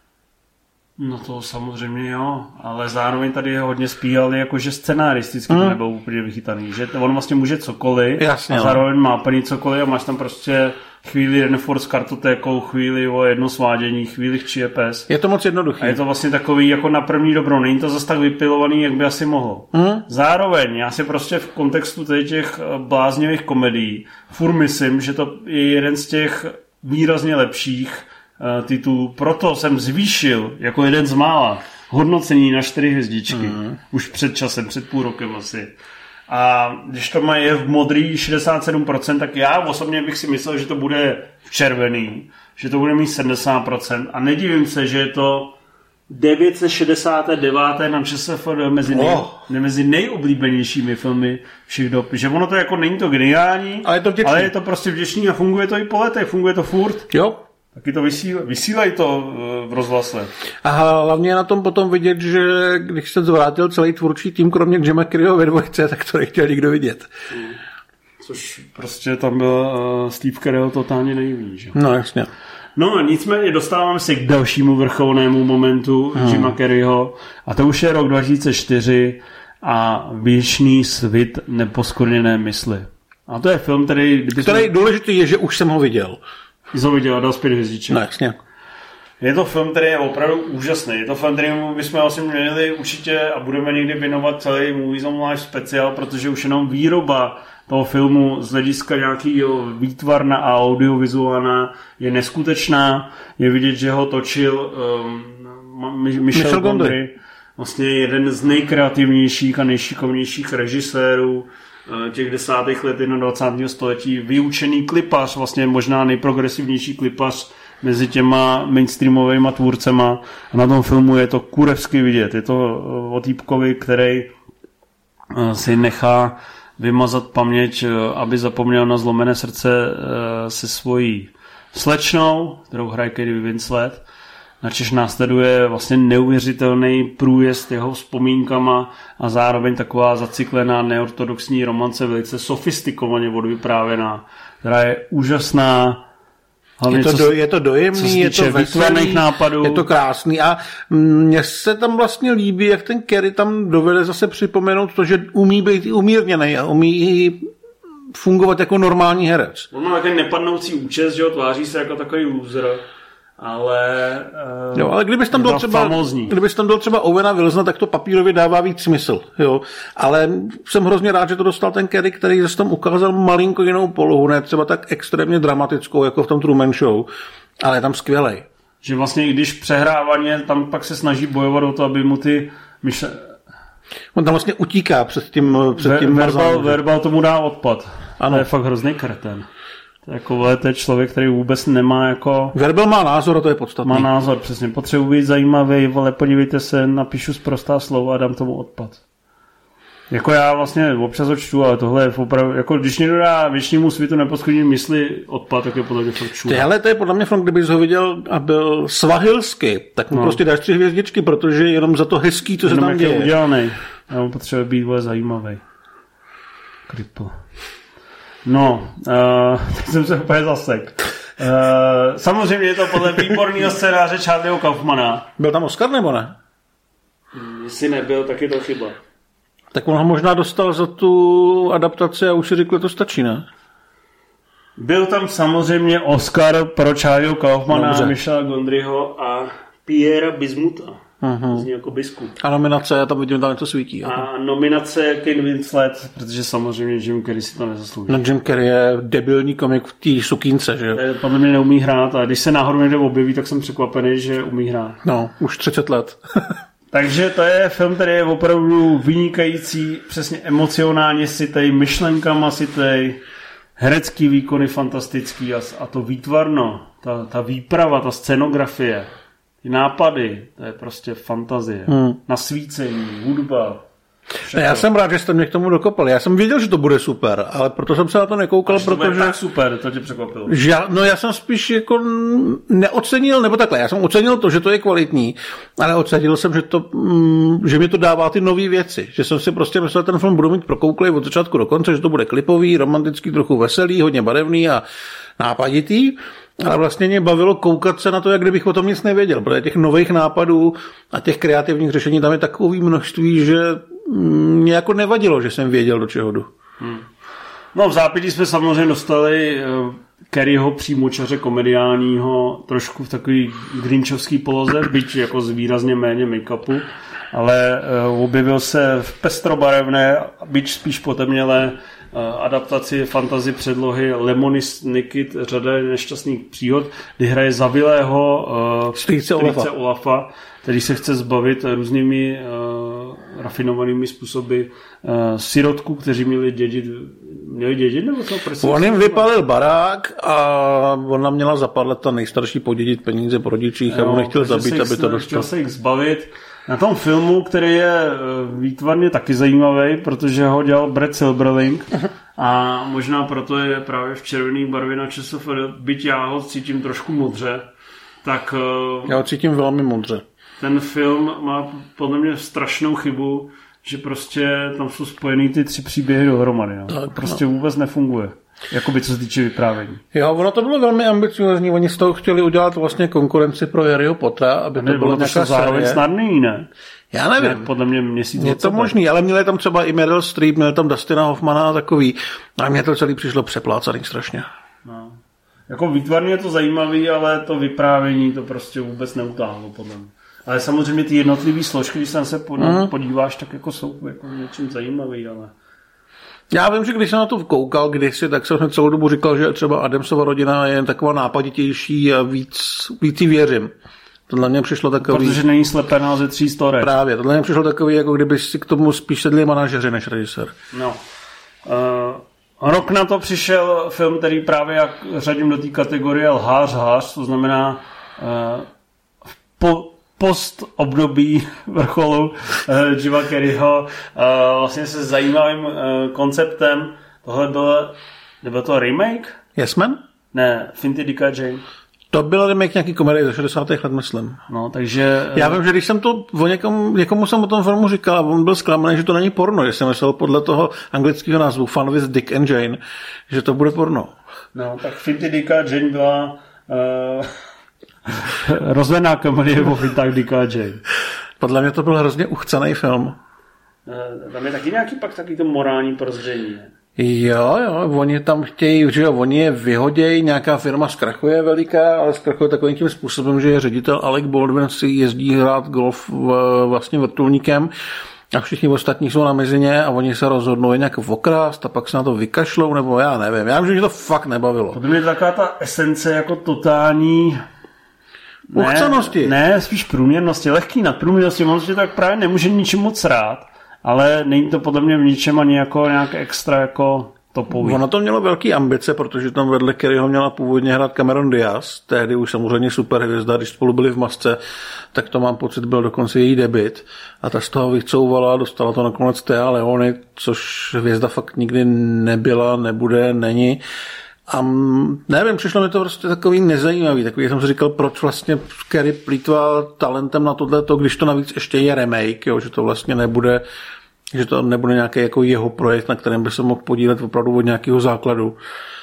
No to samozřejmě jo, ale zároveň tady je hodně spíhali, jakože scenaristicky to nebylo úplně vychytaný, že on vlastně může cokoliv. Jasně, a zároveň má plnit cokoliv a máš tam prostě chvíli jeden for s kartotékou, chvíli o jedno svádění, chvíli chčije pes. Je to moc jednoduchý. A je to vlastně takový jako na první dobro, není to zase tak vypilovaný, jak by asi mohlo. Zároveň já si prostě v kontextu těch bláznivých komedií furt myslím, že to je jeden z těch výrazně lepších titulů, proto jsem zvýšil jako jeden z mála hodnocení na 4 hvězdičky. Už před časem, před půl rokem asi. A když to má je v modrý 67%, tak já osobně bych si myslel, že to bude v červený, že to bude mít 70% a nedivím se, že je to 969. na ČSFD mezi nejoblíbenějšími filmy všech dob. Že ono to jako není to geniální, ale je to prostě vděčný a funguje to i po letech, funguje to furt. Jo. Taky to vysílají to v rozhlase. A hlavně je na tom potom vidět, že když se zvrátil celý tvůrčí tým, kromě Jima Carreyho ve dvojce, tak to nechtěl nikdo vidět. Což prostě tam byl Steve Carell totálně nejví, že? No jasně. No nicméně dostáváme se k dalšímu vrcholnému momentu Jima Carreyho a to už je rok 2004 a Věčný svit neposkvrněné mysli. A to je film, který důležitý je, že už jsem ho viděl. Jsi ho viděl a dal 5 hvězdiček. No jasně. Je to film, který je opravdu úžasný. Je to film, kterému bychom vlastně měli určitě a budeme někdy věnovat celý Movies on Live speciál, protože už jenom výroba toho filmu z hlediska nějakého výtvarna a audiovizuálna je neskutečná. Je vidět, že ho točil Michel Gondry, vlastně jeden z nejkreativnějších a nejšikovnějších režisérů těch 10. let 21. století, vyučený klipař, vlastně možná nejprogresivnější klipař mezi těma mainstreamovými tvůrcema. A na tom filmu je to kurevsky vidět. Je to o týpkovi, který si nechá vymazat paměť, aby zapomněl na zlomené srdce se svojí slečnou, kterou hraje Kate Winslet. Načež následuje vlastně neuvěřitelný průjezd jeho vzpomínkama a zároveň taková zacyklená neortodoxní romance, velice sofistikovaně odvyprávěná, která je úžasná. Hlavně, je to dojemný, je to veselý, nápadů. Je to krásný a mně se tam vlastně líbí, jak ten Cary tam dovede zase připomenout to, že umí být i umírněnej a umí i fungovat jako normální herec. On má takový nepadnoucí účes, že ho tváří se jako takový loser, ale kdybys tam byl třeba Owena Wilsona, tak to papírově dává víc smysl. Jo. Ale jsem hrozně rád, že to dostal ten Cary, který zase tam ukázal malinko jinou polohu, ne třeba tak extrémně dramatickou, jako v tom Truman Show, ale je tam skvělej. Že vlastně, když přehrávaně, tam pak se snaží bojovat o to, aby mu ty On tam vlastně utíká před tím Verbal tomu dá odpad. Ano. To je fakt hrozný kreten. To je člověk, který vůbec nemá jako... Verbal má názor a to je podstatný. Má názor, přesně. Potřebuji být zajímavý, ale podívejte se, napíšu sprostá slova a dám tomu odpad. Jako já vlastně občas ho čtu, ale tohle je opravdu, jako když někdo dá věčnímu světu neposchodní mysli odpad, tak je podle mě fakt čuda. Ale to je podle mě, kdybys ho viděl a byl svahilsky, tak mu prostě dáš 3 hvězdičky, protože jenom za to hezký, co se tam děje. Je udělaný. Já mu potřebuje být zajímavý. Kripl. No, teď jsem se úplně zasek. Samozřejmě je to podle výborného scénáře Charlieho Kaufmana. Byl tam Oscar nebo ne? Jestli nebyl, tak je to chyba. Tak on ho možná dostal za tu adaptaci a už si řekl, to stačí, ne? Byl tam samozřejmě Oscar pro Charlieho Kaufmana, Michela Gondryho a Pierre Bismuta. Zní jako biskup. A nominace, já tam vidím, tam něco svítí. A nominace Kate Winslet, protože samozřejmě Jim Carrey si to nezaslouží. No Jim Carrey je debilní komik v té sukínce, že jo? Podle mě neumí hrát a když se náhodou někde objeví, tak jsem překvapený, že umí hrát. No, už 30 let. Takže to je film, který je opravdu vynikající, přesně emocionálně sytej, myšlenkama sytej, herecký výkony fantastický a to výtvarno, ta výprava, ta scenografie, ty nápady, to je prostě fantazie. Nasvícení, hudba. Já jsem rád, že jste mě k tomu dokopal. Já jsem věděl, že to bude super, ale proto jsem se na to nekoukal, protože... To bude tak super, to tě překvapilo. Já jsem spíš jako neocenil, nebo takhle, já jsem ocenil to, že to je kvalitní, ale ocenil jsem, že mi to dává ty nové věci. Že jsem si prostě myslel, že ten film budu mít prokouklej od začátku do konce, že to bude klipový, romantický, trochu veselý, hodně barevný a nápaditý. Ale vlastně mě bavilo koukat se na to, jak kdybych o tom nic nevěděl, protože těch nových nápadů a těch kreativních řešení tam je takové množství, že mě jako nevadilo, že jsem věděl, do čeho jdu. No v zápětí jsme samozřejmě dostali Caryho přímočaře komediálního trošku v takový grinčovský poloze, byť jako z výrazně méně make-upu, ale objevil se v pestrobarevné, byť spíš potemnělé adaptaci fantasy předlohy Lemony Snicket, řada nešťastných příhod, kdy hraje zavilého strýce Olafa, který se chce zbavit různými rafinovanými způsoby sirotků, kteří měli dědit nebo co? On jim vypalil barák a ona měla za pár let ta nejstarší podědit peníze po rodičích a on nechtěl zabít, aby to dostal. Chtěl se jich zbavit. Na tom filmu, který je výtvarně taky zajímavý, protože ho dělal Brad Silberling a možná proto je právě v červený barvě na ČSFD, byť já ho cítím trošku modře, tak... Já ho cítím velmi modře. Ten film má podle mě strašnou chybu, že prostě tam jsou spojený ty 3 příběhy dohromady. No. Prostě vůbec nefunguje. Jakoby co se týče vyprávění. Jo, ono to bylo velmi ambiciozní. Oni z toho chtěli udělat vlastně konkurenci pro Harryho Pottera, aby to bylo nějaká zároveň snadný, ne? Já nevím. Ne, podle mě měsíc. Je to možný, ale měli tam třeba i Meryl Streep, měli tam Dustina Hoffmana a takový. A mně to celý přišlo přeplácaný strašně. No. jako výtvarně je to zajímavý, ale to vyprávění to prostě vůbec neutáhlo podle mě. Ale samozřejmě ty jednotlivé složky, když se podíváš, tak jako jsou jako něčím zajímavý, ale... Já vím, že když jsem na to koukal kdysi, tak jsem celou dobu říkal, že třeba Adamsova rodina je taková nápaditější a víc jí věřím. Tohle mě přišlo takový... Protože není slepená ze 3 storek. Právě, tohle mě přišlo takový, jako kdyby si k tomu spíš sedli manažeři než režisér. No. Rok na to přišel film, který právě jak řadím do té kategorie lhář, to znamená post období vrcholu Jima Carreyho vlastně se zajímavým konceptem. Tohle nebyl to remake? Yes Man? Ne, Finty Dika Jane. To byl remake nějaký komedie ze 60. let, myslím. No, takže... Já vím, že když jsem to někomu jsem o tom filmu říkal a on byl zklamaný, že to není porno, že jsem myslel podle toho anglického názvu Fun with Dick and Jane, že to bude porno. No, tak Finty Dika Jane byla rozvedená komedie o Fintách Dika Jane. Podle mě to byl hrozně uchcený film. Tam je taky nějaký pak taky to morální prozření. Jo, oni tam chtějí, že jo, oni je vyhodějí, nějaká firma zkrachuje veliká, ale zkrachuje takovým tím způsobem, že je ředitel Alec Baldwin si jezdí hrát golf vlastně vrtulníkem a všichni ostatní jsou na mezině a oni se rozhodnou je nějak okrást a pak se na to vykašlou, nebo já nevím. Já vím, že mě to fakt nebavilo. To je taková ta esence jako totální... Uchcenosti. Ne, spíš průměrnosti, lehký nadprůměrnosti, on si tak právě nemůže ničím moc rád. Ale není to podle mě v ničem ani jako nějak extra jako topový. Ono to mělo velký ambice, protože tam vedle Carreyho měla původně hrát Cameron Diaz, tehdy už samozřejmě superhvězda, když spolu byli v masce, tak to mám pocit byl dokonce její debut a ta z toho vycouvala a dostala to nakonec Téa Leoni, což hvězda fakt nikdy nebyla, nebude, není. A nevím, přišlo mi to prostě takový nezajímavý, takový jsem si říkal, proč vlastně Carrey plýtvá talentem na tohleto, když to navíc ještě je remake, jo, že to vlastně nebude, že to nebude nějaký jako jeho projekt, na kterém by se mohl podílet opravdu od nějakého základu.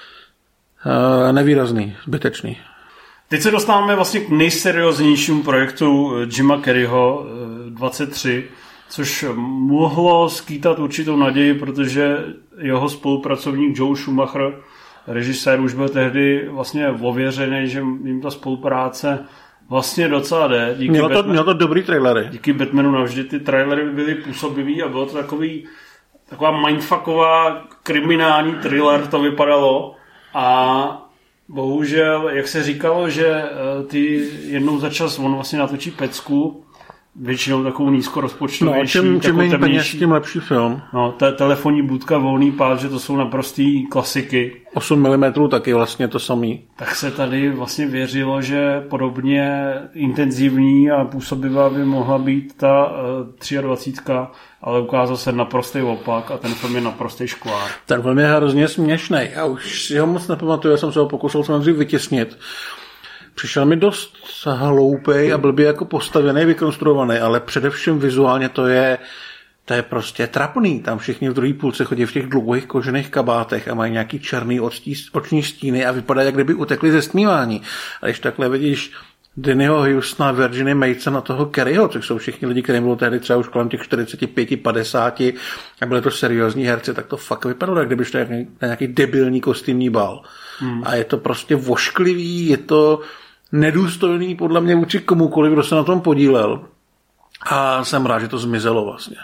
Nevýrazný, zbytečný. Teď se dostáváme vlastně k nejserióznějšímu projektu Jima Carreyho 23, což mohlo skýtat určitou naději, protože jeho spolupracovník Joel Schumacher, režisér, už byl tehdy vlastně ověřený, že jim ta spolupráce vlastně docela jde. Měl to dobrý trailery. Díky Batmanu navždy ty trailery byly působivý a bylo to taková mindfucková kriminální thriller to vypadalo a bohužel, jak se říkalo, že ty jednou za čas on vlastně natočí pecku, většinou takovou nízkorozpočtovější, no, čím méně peněz, tím lepší film. No, telefonní budka, volný pád, že to jsou naprostý klasiky. 8 mm taky vlastně to samý. Tak se tady vlastně věřilo, že podobně intenzivní a působivá by mohla být ta 23, ale ukázal se naprostý opak a ten film je naprostý škvár. Ten film je hrozně směšný. Já už si ho moc nepamatuju, já jsem se ho pokusil samozřejmě vytěsnit. Přišel mi dost hloupej a blbě jako postavený, vykonstruovaný, ale především vizuálně to je prostě trapný. Tam všichni v druhé půlce chodí v těch dlouhých kožených kabátech a mají nějaký černý oční stíny a vypadá, jak kdyby utekli ze stmívání. A když takhle vidíš Dannyho Houstona, Virginie Madese na toho Carreyho, což jsou všichni lidi, kterým bylo tehdy třeba už kolem těch 45-50 a byly to seriózní herci, tak to fakt vypadalo, jak kdyby šlo na nějaký debilní kostýmní bal. A je to prostě vošklivý, je to nedůstojný podle mě vůči komukoliv, kdo se na tom podílel. A jsem rád, že to zmizelo vlastně.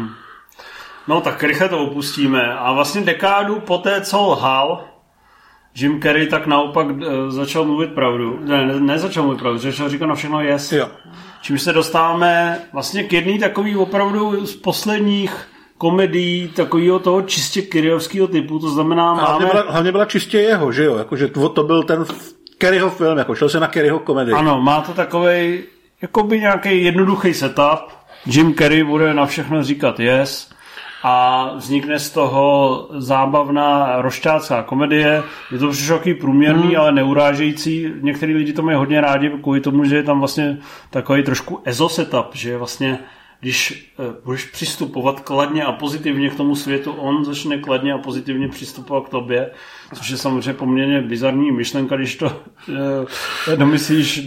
No tak rychle to opustíme. A vlastně dekádu poté, co lhal Jim Carrey, tak naopak začal mluvit pravdu. Ne začal mluvit pravdu, začal říkat na všechno yes. Jo. Čím se dostáváme vlastně k jedný takový opravdu z posledních komedií takového toho čistě Carreyovského typu, to znamená hlavně byla čistě jeho, že jo? Jakože to byl ten Carreyho film, jako šel se na Carreyho komedii. Ano, má to takovej jakoby nějaký jednoduchý setup. Jim Carrey bude na všechno říkat yes a vznikne z toho zábavná rošťácká komedie. Je to přišlo takový průměrný, ale neurážející. Některý lidi to mají hodně rádi kvůli tomu, že je tam vlastně takový trošku EZO setup, že vlastně když budeš přistupovat kladně a pozitivně k tomu světu, on začne kladně a pozitivně přistupovat k tobě, což je samozřejmě poměrně bizarní myšlenka, když to domyslíš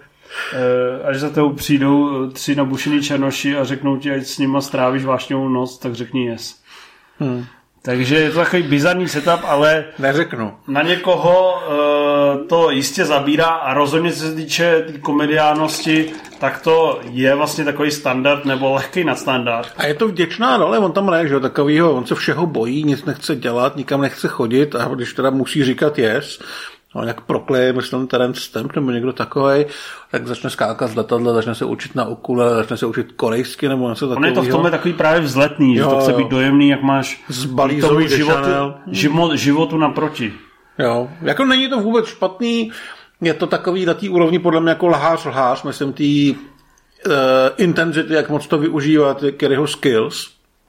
až za tebou přijdou 3 nabušený černoši a řeknou ti, ať s nima strávíš vášnivou noc, tak řekni yes. Takže je to takový bizarní setup, ale neřeknu. Na někoho to jistě zabírá a rozhodně co se týče té komediálnosti, tak to je vlastně takový standard nebo lehký nadstandard. A je to vděčná role, on tam hraje, že takovýho, on se všeho bojí, nic nechce dělat, nikam nechce chodit a když teda musí říkat yes, no, jak prokleje, myslím, Terence Stamp nebo někdo takovej, tak začne skákat z letadla, začne se učit na ukulele, začne se učit korejsky nebo něco takového. On je to v tomhle takový právě vzletný, že to chce být dojemný, jak máš tomu životu naproti. Jo, jako není to vůbec špatný, je to takový na té úrovni podle mě jako lhář, myslím té intenzity, jak moc to využívat, Kerryho skills.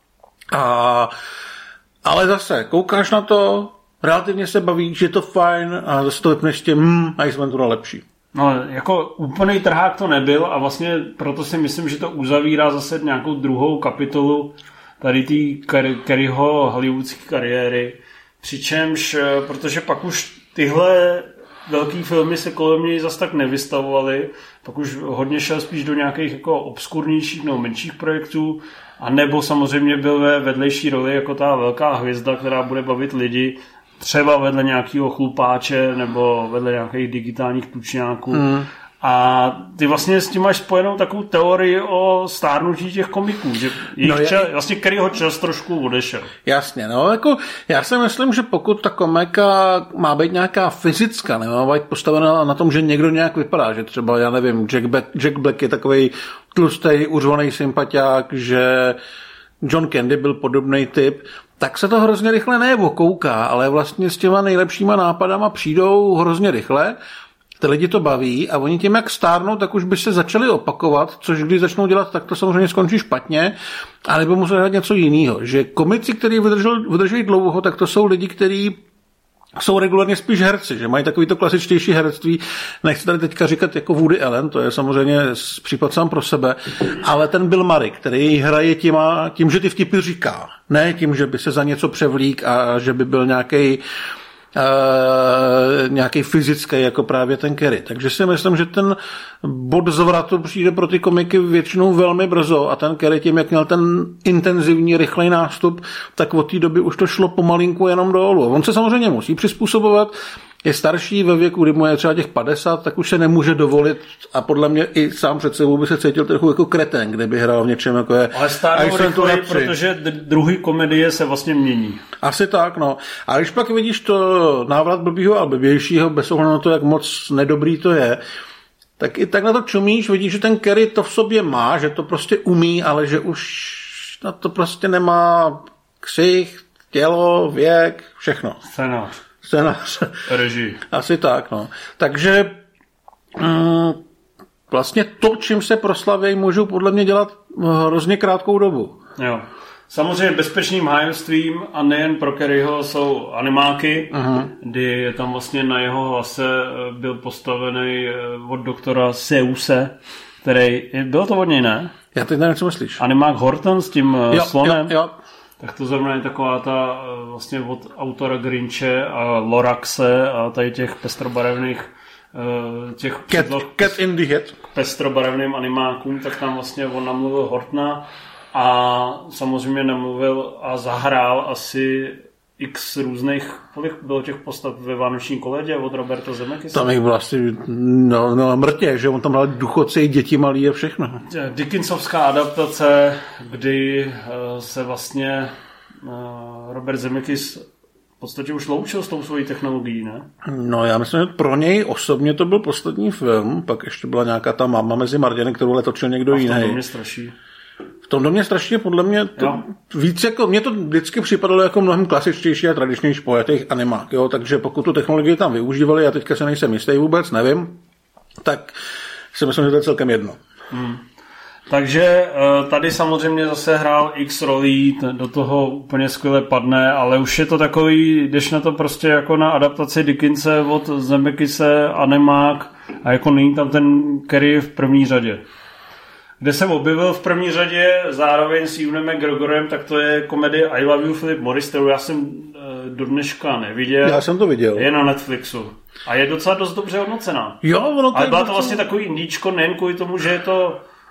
Ale zase, koukáš na to, relativně se bavíš, je to fajn a zase to vypneš s tím, Ace Ventura lepší. No, jako úplný trhák to nebyl a vlastně proto si myslím, že to uzavírá zase nějakou druhou kapitolu tady té Kerryho hollywoodské kariéry. Přičemž, protože pak už tyhle velký filmy se kolem něj zase tak nevystavovaly, pak už hodně šel spíš do nějakých jako obskurnějších nebo menších projektů, a nebo samozřejmě byl ve vedlejší roli jako ta velká hvězda, která bude bavit lidi, třeba vedle nějakého chlupáče nebo vedle nějakých digitálních tučňáků. A ty vlastně s tím máš spojenou takovou teorii o stárnutí těch komiků, že vlastně Kerryho čas trošku odešel. Jasně, no, jako já si myslím, že pokud ta komika má být nějaká fyzická, nemá být postavená na tom, že někdo nějak vypadá, že třeba, já nevím, Jack Black je takovej tlustej, uřvaný sympatiák, že John Candy byl podobný typ, tak se to hrozně rychle neokouká, ale vlastně s těma nejlepšíma nápadama přijdou hrozně rychle. Ty lidi to baví a oni tím, jak stárnou, tak už by se začali opakovat, což když začnou dělat, tak to samozřejmě skončí špatně, anebo musí dělat něco jiného. Že komici, kteří vydrží dlouho, tak to jsou lidi, kteří jsou regulárně spíš herci, že mají takový to klasičtější herectví. Nechci tady teďka říkat jako Woody Allen, to je samozřejmě případ sám pro sebe, ale ten Bill Murray, který hraje tím, že ty vtipy říká, ne tím, že by se za něco převlík a že by byl nějaký fyzický, jako právě ten Kerry. Takže si myslím, že ten bod zvratu přijde pro ty komiky většinou velmi brzo a ten Kerry tím, jak měl ten intenzivní, rychlej nástup, tak od té doby už to šlo pomalinku jenom dolů. On se samozřejmě musí přizpůsobovat, je starší ve věku, kdy mu je třeba těch 50, tak už se nemůže dovolit a podle mě i sám před sebou by se cítil trochu jako kreten, kdyby hrál v něčem jako je. Ale stárnou rychleji, protože druhý komedie se vlastně mění. Asi tak, no. A když pak vidíš to návrat blbýho a blbějšího, bez ohledu na to, jak moc nedobrý to je, tak i tak na to čumíš, vidíš, že ten Kerry to v sobě má, že to prostě umí, ale že už na to prostě nemá ksicht, tělo, věk, všechno. Scénář. Režii. Asi tak, no. Takže vlastně to, čím se proslavějí, můžou podle mě dělat hrozně krátkou dobu. Jo. Samozřejmě bezpečným hájemstvím a nejen pro Kerryho jsou animáky, kdy tam vlastně na jeho hlase byl postavený od doktora Seuse, který, bylo to od něj, ne? Já teď nevím, co myslíš. Animák Horton s tím slonem. Jo. Tak to zrovna je taková ta vlastně od autora Grinche a Loraxe a tady těch pestrobarevných těch Cat in the Hat k pestrobarevným animákům, tak tam vlastně on namluvil Hortona a samozřejmě namluvil a zahrál asi x různých, kolik bylo těch postav ve Vánoční koledě od Roberta Zemeckise? Tam jich bylo asi mrtě, že on tam dal důchodce i děti malý a všechno. Dickinsovská adaptace, kdy se vlastně Robert Zemeckis v podstatě už loučil s tou svojí technologií, ne? No já myslím, že pro něj osobně to byl poslední film, pak ještě byla nějaká ta Máma mezi Marděny, kterou ale točil někdo jiný. To mě straší. V tom domě strašně podle mě to víc jako, mně to vždycky připadalo jako mnohem klasičtější a tradičnější pojatých animák, jo, takže pokud tu technologii tam využívali, já teďka se nejsem jistý vůbec, nevím, tak si myslím, že to je celkem jedno. Takže tady samozřejmě zase hrál x rolí, do toho úplně skvěle padne, ale už je to takový, jdeš na to prostě jako na adaptaci Dickinse od Zemeckise, animák a jako není tam ten Kerry v první řadě. Kde se objevil v první řadě zároveň s Ewanem McGregorem, tak to je komedie I Love You Philip Morris, kterou já jsem do dneška neviděl. Já jsem to viděl. Je na Netflixu. A je docela dost dobře hodnocená. Jo, ale byla to vlastně takový indíčko, nejen kvůli tomu, že je to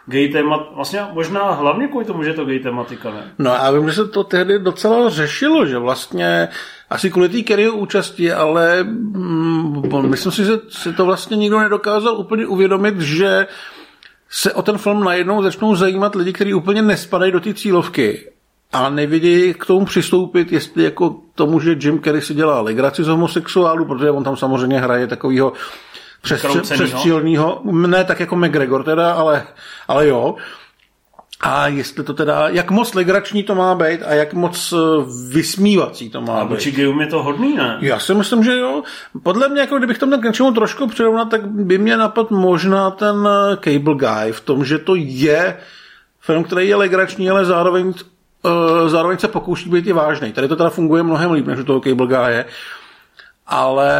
gay témat, vlastně možná hlavně kvůli tomu, že je to gay tematika, ne? No a vím, že se to tehdy docela řešilo, že vlastně asi kvůli té Carreyho účasti, ale myslím si, že si to vlastně nikdo nedokázal úplně uvědomit, že se o ten film najednou začnou zajímat lidi, kteří úplně nespadají do té cílovky a nevědí k tomu přistoupit, jestli jako k tomu, že Jim Carrey si dělá legraci z homosexuálů, protože on tam samozřejmě hraje takovýho přestřílnýho, ne tak jako McGregor teda, ale jo. A jestli to teda, jak moc legrační to má být a jak moc vysmívací to má být. A vůči gayům je to hodný, ne? Já si myslím, že jo. Podle mě, jako kdybych to měl k něčemu trošku přirovnat, tak by mě napadl možná ten Cable Guy v tom, že to je film, který je legrační, ale zároveň se pokouší být i vážnej. Tady to teda funguje mnohem líp, než u toho Cable Guy je. Ale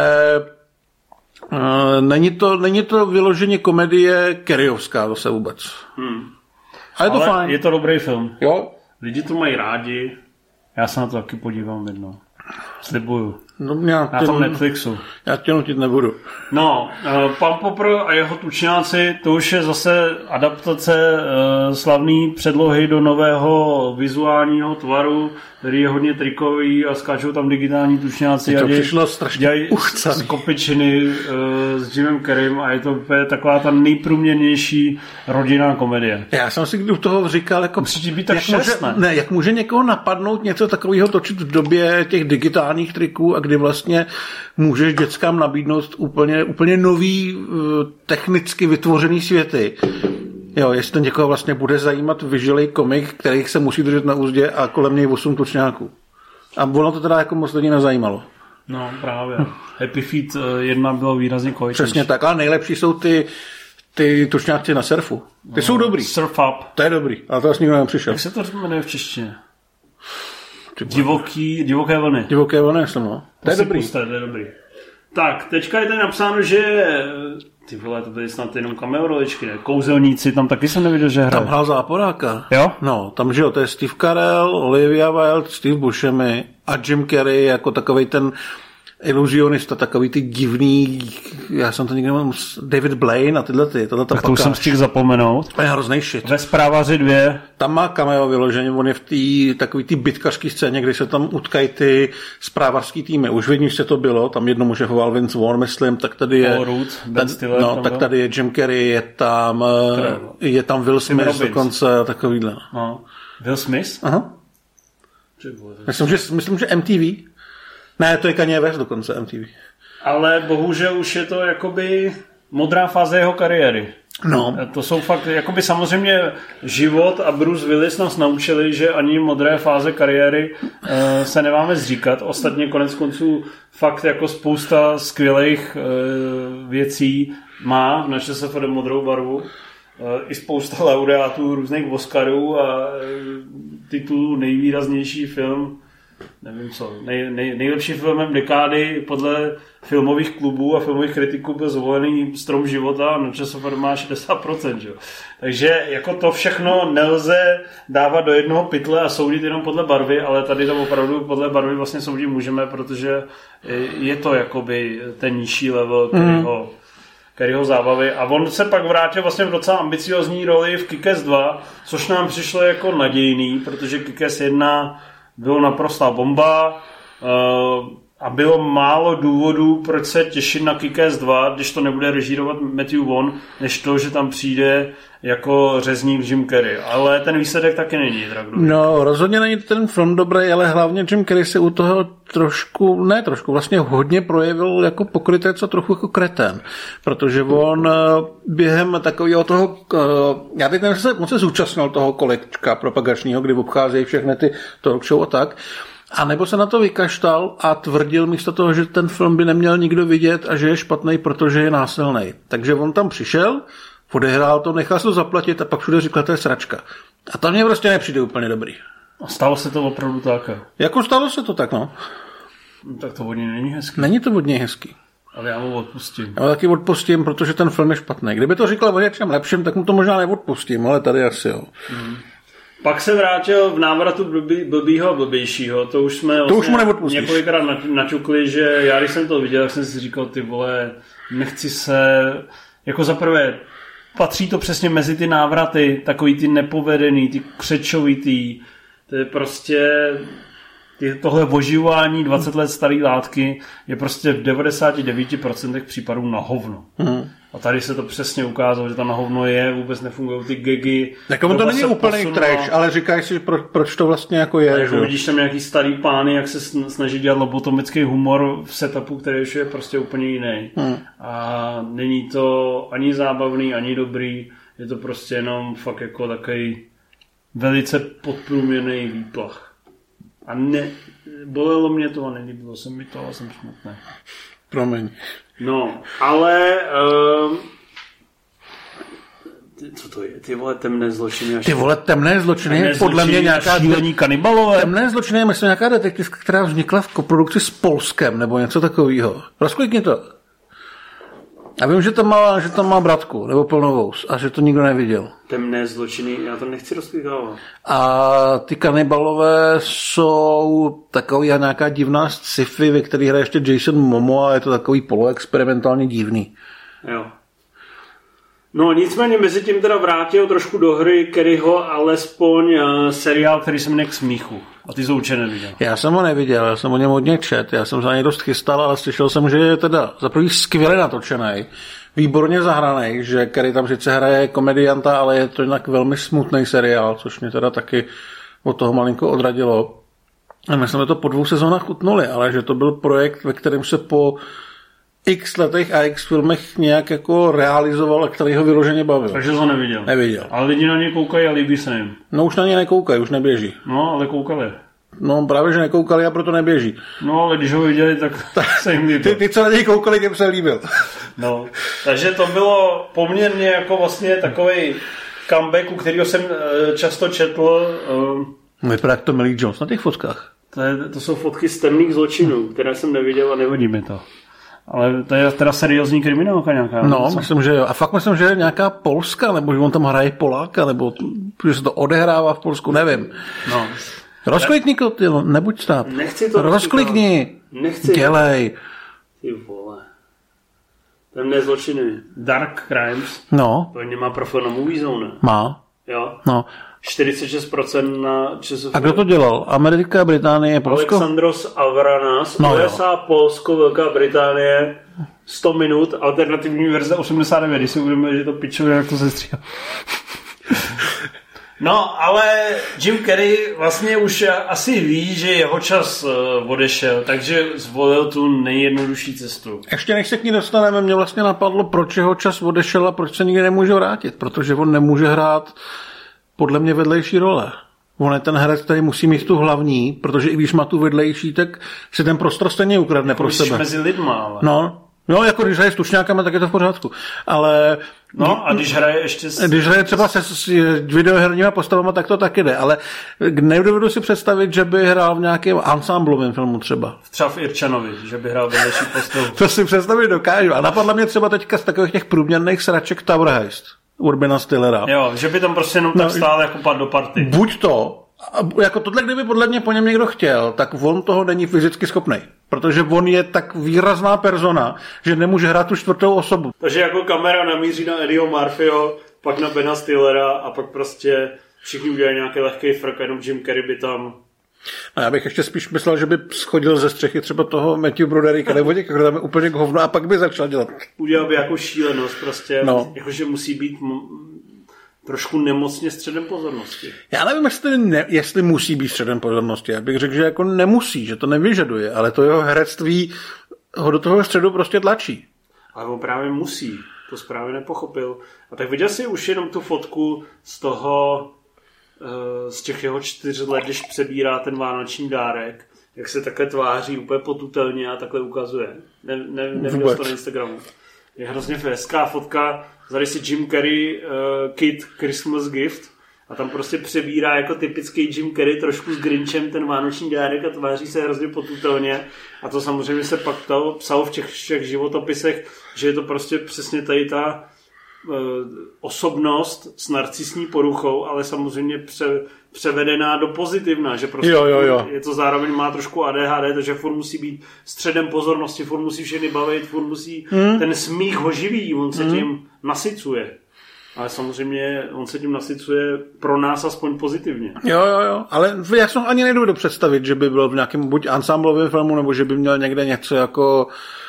není to vyloženě komedie Carreyovská zase vůbec. Ale je to fajn. Je to dobrý film. Jo. Lidi to mají rádi. Já se na to taky podívám jednou. Slibuju. No, na tom Netflixu. Já tě nutit nebudu. No, Pan Popr a jeho tučňáci, to už je zase adaptace slavný předlohy do nového vizuálního tvaru, který je hodně trikový a skáčou tam digitální tučňáci. To přišlo strašně uchcaný. Z kopičiny s Jimem Carreyem a je to taková ta nejprůměrnější rodinná komedie. Já jsem si u toho říkal, jako, jak může někoho napadnout něco takového točit v době těch digitálních triků a kdy vlastně můžeš dětskám nabídnout úplně nový technicky vytvořený světy. Jo, jestli někoho vlastně bude zajímat vyžilej komik, kterých se musí držet na úzdě a kolem něj 8 tučňáků. A ono to teda jako moc lidí nezajímalo. No právě. Happy Feet 1 bylo výrazně kvalitnější. Přesně tak, ale nejlepší jsou ty tučňáci na surfu. Ty jsou dobrý. Surf Up. To je dobrý, ale to vlastně nikdo nepřišel. Jak se to jmenuje v češtině? Divoké vlny. Divoké vlny, jsem no. To je dobrý. To je dobrý. Tak, teďka je tady napsáno, že ty vole, to byly snad jenom cameo roličky, ne? Kouzelníci, tam taky jsem neviděl, že hraje. Tam hrál Záporáka. Jo? No, tam, že jo, to je Steve Carell, Olivia Wilde, Steve Buscemi a Jim Carrey jako takovej ten iluzionista, takový ty divný, já jsem to nikdy nemám, David Blaine a tyhle. Tak to už jsem stihl zapomenout. A je hroznej shit. Ve Zprávaři 2. Tam má cameo vyloženě, on je v té takový ty bitkařský scéně, kdy se tam utkají ty zprávařský týmy. Už v jedničce to bylo, tam jednomu šefoval Vince Vaughn, myslím, tak tady je tak tady je Jim Carrey, je tam Will Smith dokonce a takovýhle. No. Will Smith? Aha. Myslím, že MTV. Ne, to je Kanye West dokonce MTV. Ale bohužel už je to jakoby modrá fáze jeho kariéry. No. To jsou fakt, jakoby samozřejmě život a Bruce Willis nás naučili, že ani modré fáze kariéry se nemáme zříkat. Ostatně konec konců fakt jako spousta skvělých věcí má v naše SFD modrou barvu. I spousta laureátů různých Oscarů a titulů nejvýraznější film, nevím co, nejlepší filmem dekády podle filmových klubů a filmových kritiků byl zvolený Strom života a na časopadu má 60%. Že? Takže jako to všechno nelze dávat do jednoho pytle a soudit jenom podle barvy, ale tady to opravdu podle barvy vlastně soudit můžeme, protože je to jakoby ten nižší level, Carreyho zábavy. A on se pak vrátil vlastně v docela ambiciozní roli v Kick-Ass 2, což nám přišlo jako nadějný, protože Kick-Ass 1 bylo naprostá bomba a bylo málo důvodů, proč se těšit na Kick-Ass 2, když to nebude režírovat Matthew Vaughn, než to, že tam přijde jako řezník Jim Carrey. Ale ten výsledek taky není. No, rozhodně není ten film dobrý, ale hlavně Jim Carrey se u toho vlastně hodně projevil jako pokrytec a trochu jako kretén. Protože on během takového toho, já teď moc se zúčastnil toho kolečka propagačního, kdy obcházejí všechny ty talk show a tak, a nebo se na to vykaštal a tvrdil místo toho, že ten film by neměl nikdo vidět a že je špatný, protože je násilný. Takže on tam přišel, odehrál to, nechal se to zaplatit a pak všude říkal, to je sračka. A tam mě prostě nepřijde úplně dobrý. A stalo se to opravdu tak? Jako stalo se to tak, no. Tak to od něj není hezký. Není to od něj hezký. Ale já mu odpustím. Já taky odpustím, protože ten film je špatný. Kdyby to říkal o něčem lepším, tak mu to možná neodpustím, ale tady asi jo. Pak se vrátil v návratu blbýho a blbějšího. To už jsme několikrát načukli, že já když jsem to viděl, tak jsem si říkal, ty vole, nechci se, jako zaprvé, patří to přesně mezi ty návraty, takový ty nepovedený, ty křečovitý, to je prostě tohle oživování 20 let staré látky je prostě v 99% případů na hovno. A tady se to přesně ukázalo, že to na hovno je, vůbec nefungují ty gagy. Jako to není úplný trash, ale říkáš si, proč to vlastně jako je. Jako vidíš tam nějaký starý pány, jak se snaží dělat lobotomický humor v setupu, který už je prostě úplně jiný. A není to ani zábavný, ani dobrý, je to prostě jenom fakt jako takový velice podprůměrný výplach. A bolelo mě to a nelíbilo se mi to a jsem smutný. Promiň. No, ale co to je? Ty vole temné zločiny. Ty vole temné zločiny, podle mě nějaká šílení kanibalové. Temné zločiny je myslím nějaká detektivka, která vznikla v koprodukci s Polskem nebo něco takového. Rozklikni to. A vím, že tam má bratku nebo plnovous a že to nikdo neviděl. Temné zločiny, já to nechci rozklikávat. A ty kanibalové jsou takový nějaká divná sci-fi, ve který hraje ještě Jason Momoa a je to takový poloexperimentálně divný. Jo. No nicméně mezi tím teda vrátil trošku do hry Kerryho alespoň seriál, který se jmenuje K smíchu. A ty jsi ho určitě neviděl. Já jsem ho neviděl, já jsem o něm hodně čet, já jsem za něj dost chystal, ale slyšel jsem, že je teda za první skvěle natočený, výborně zahraný, že Kerry tam sice hraje komedianta, ale je to jinak velmi smutný seriál, což mě teda taky od toho malinko odradilo. A my jsme to po 2 sezónách utnuli, ale že to byl projekt, ve kterém se po x letech a x filmech nějak jako realizoval a který ho vyloženě bavil. Takže to neviděl. Neviděl. Ale lidi na ně koukají a líbí se jim. No už na ně nekoukají, už neběží. No, ale koukali. No právě, že nekoukali a proto neběží. No, ale když ho viděli, tak se jim líbil. Ty, co na něj koukali, těm se líbil. No, takže to bylo poměrně jako vlastně takovej comeback, u kterého jsem často četl. Vypadá jak to Millie Jones na těch fotkách. To jsou fotky z temných zločinů, které jsem neviděl a nevadí mi to. Ale to je teda seriózní kriminálka nějaká. No, myslím, že jo. A fakt myslím, že je nějaká Polska, nebo že on tam hraje Poláka, nebo že se to odehrává v Polsku, nevím. No. Rozklikni, Kotilo, nebuď stát. Nechci to. Rozklikni. Nechci. Dělej. Ty vole. Temné zločiny. Dark Crimes. No. To nemá profil na Movie Zone. Má. Jo. No. 46% na ČSFD. A kdo to dělal? Amerika, Británie, Polsko? Alexandros Avranas, no USA, jo. Polsko, Velká Británie, 100 minut, alternativní verze 89, když si uvědomíme, že to pičuje, jak to se stříhá. No, ale Jim Carrey vlastně už asi ví, že jeho čas odešel, takže zvolil tu nejjednodušší cestu. Ještě než se k ní dostaneme, mě vlastně napadlo, proč jeho čas odešel a proč se nikdy nemůže vrátit. Protože on nemůže hrát podle mě vedlejší role. On je ten herec, který musí mít tu hlavní, protože i když má tu vedlejší, tak si ten prostor stejně ukradne pro sebe. Mezi lidma, ale. No, jako když hraje s tučňákama, tak je to v pořádku. Ale no a když hraje ještě když hraje třeba s videoherníma postavama, tak to taky jde. Ale nedovedu si představit, že by hrál v nějakém ansamblovém filmu třeba. Třeba v Irčanovi, že by hrál vedlejší postavu. To si představit dokážu. A napadla mě třeba teďka z takových těch průměrných sraček Tower Heist Urbana Stillera. Jo, že by tam prostě jenom tak stál jako pad do party. Buď to, jako tohle, kdyby podle mě po něm někdo chtěl, tak on toho není fyzicky schopný. Protože on je tak výrazná persona, že nemůže hrát tu 4. osobu. Takže jako kamera namíří na Eddieho Murphyho, pak na Bena Stillera a pak prostě všichni udělají nějaký lehký frk, jenom Jim Carrey by tam. A já bych ještě spíš myslel, že by schodil ze střechy třeba toho Matthew Brodericka nebo někoho, kdo tam je úplně k hovnu a pak by začal dělat. Udělal by jako šílenost prostě, jakože musí být trošku nemocně středem pozornosti. Já nevím, jestli musí být středem pozornosti. Já bych řekl, že jako nemusí, že to nevyžaduje, ale to jeho herectví ho do toho středu prostě tlačí. Ale on právě musí. To správně nepochopil. A tak viděl jsi už jenom tu fotku z toho, z těch jeho 4 let, když přebírá ten vánoční dárek, jak se takhle tváří úplně potutelně a takhle ukazuje. Neviděl jsi to na Instagramu. Je hrozně hezká fotka. Tady si Jim Carrey Kid Christmas Gift a tam prostě přebírá jako typický Jim Carrey trošku s Grinchem ten vánoční dárek a tváří se hrozně potutelně. A to samozřejmě se pak psalo v těch životopisech, že je to prostě přesně tady ta osobnost s narcisní poruchou, ale samozřejmě převedená do pozitivna, že prostě jo. je to zároveň má trošku ADHD, takže furt musí být středem pozornosti, furt musí všechny bavit, furt musí ten smích ho živí, on se tím nasycuje. ale samozřejmě on se tím nasycuje pro nás aspoň pozitivně. Jo, ale já jsem ani nedovedu představit, že by byl v nějakém buď ansamblovém filmu, nebo že by měl někde něco jako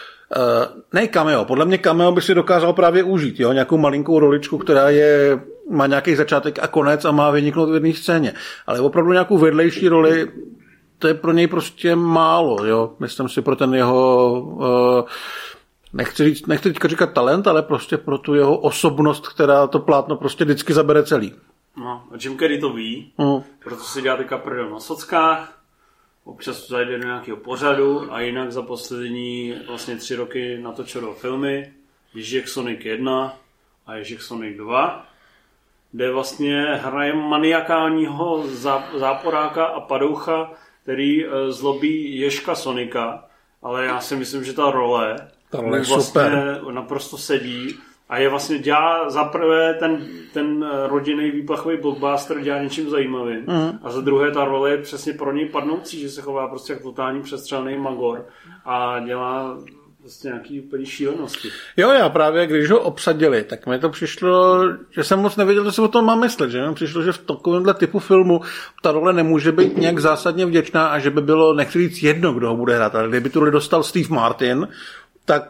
ne cameo, podle mě cameo by si dokázal právě užít, jo? Nějakou malinkou roličku, která má nějaký začátek a konec a má vyniknout v jedné scéně, ale opravdu nějakou vedlejší roli, to je pro něj prostě málo, jo? Myslím si pro ten jeho nechci teďka říkat talent, ale prostě pro tu jeho osobnost, která to plátno prostě vždycky zabere celý. No, a Jim Carrey to ví, proto si dělá teďka prdel na sockách, občas zajde do nějakého pořadu a jinak za poslední vlastně 3 roky natočil filmy Ježík Sonic 1 a Ježík Sonic 2, kde vlastně hraje maniakálního záporáka a padoucha, který zlobí Ježka Sonika, ale já si myslím, že ta role vlastně super. Naprosto sedí a je vlastně dělá zaprvé ten rodinný výplachový blockbuster dělá něčím zajímavým a za druhé ta role je přesně pro něj padnoucí, že se chová prostě jak totální přestřelný magor a dělá prostě nějaký úplně šílenosti. Jo, já právě, když ho obsadili, tak mi to přišlo, že jsem moc nevěděl, co si o tom mám myslet, že mi přišlo, že v takovémhle typu filmu ta role nemůže být nějak zásadně vděčná a že by bylo, nechci říct jedno, kdo ho bude hrát, ale kdyby tu roli dostal Steve Martin, tak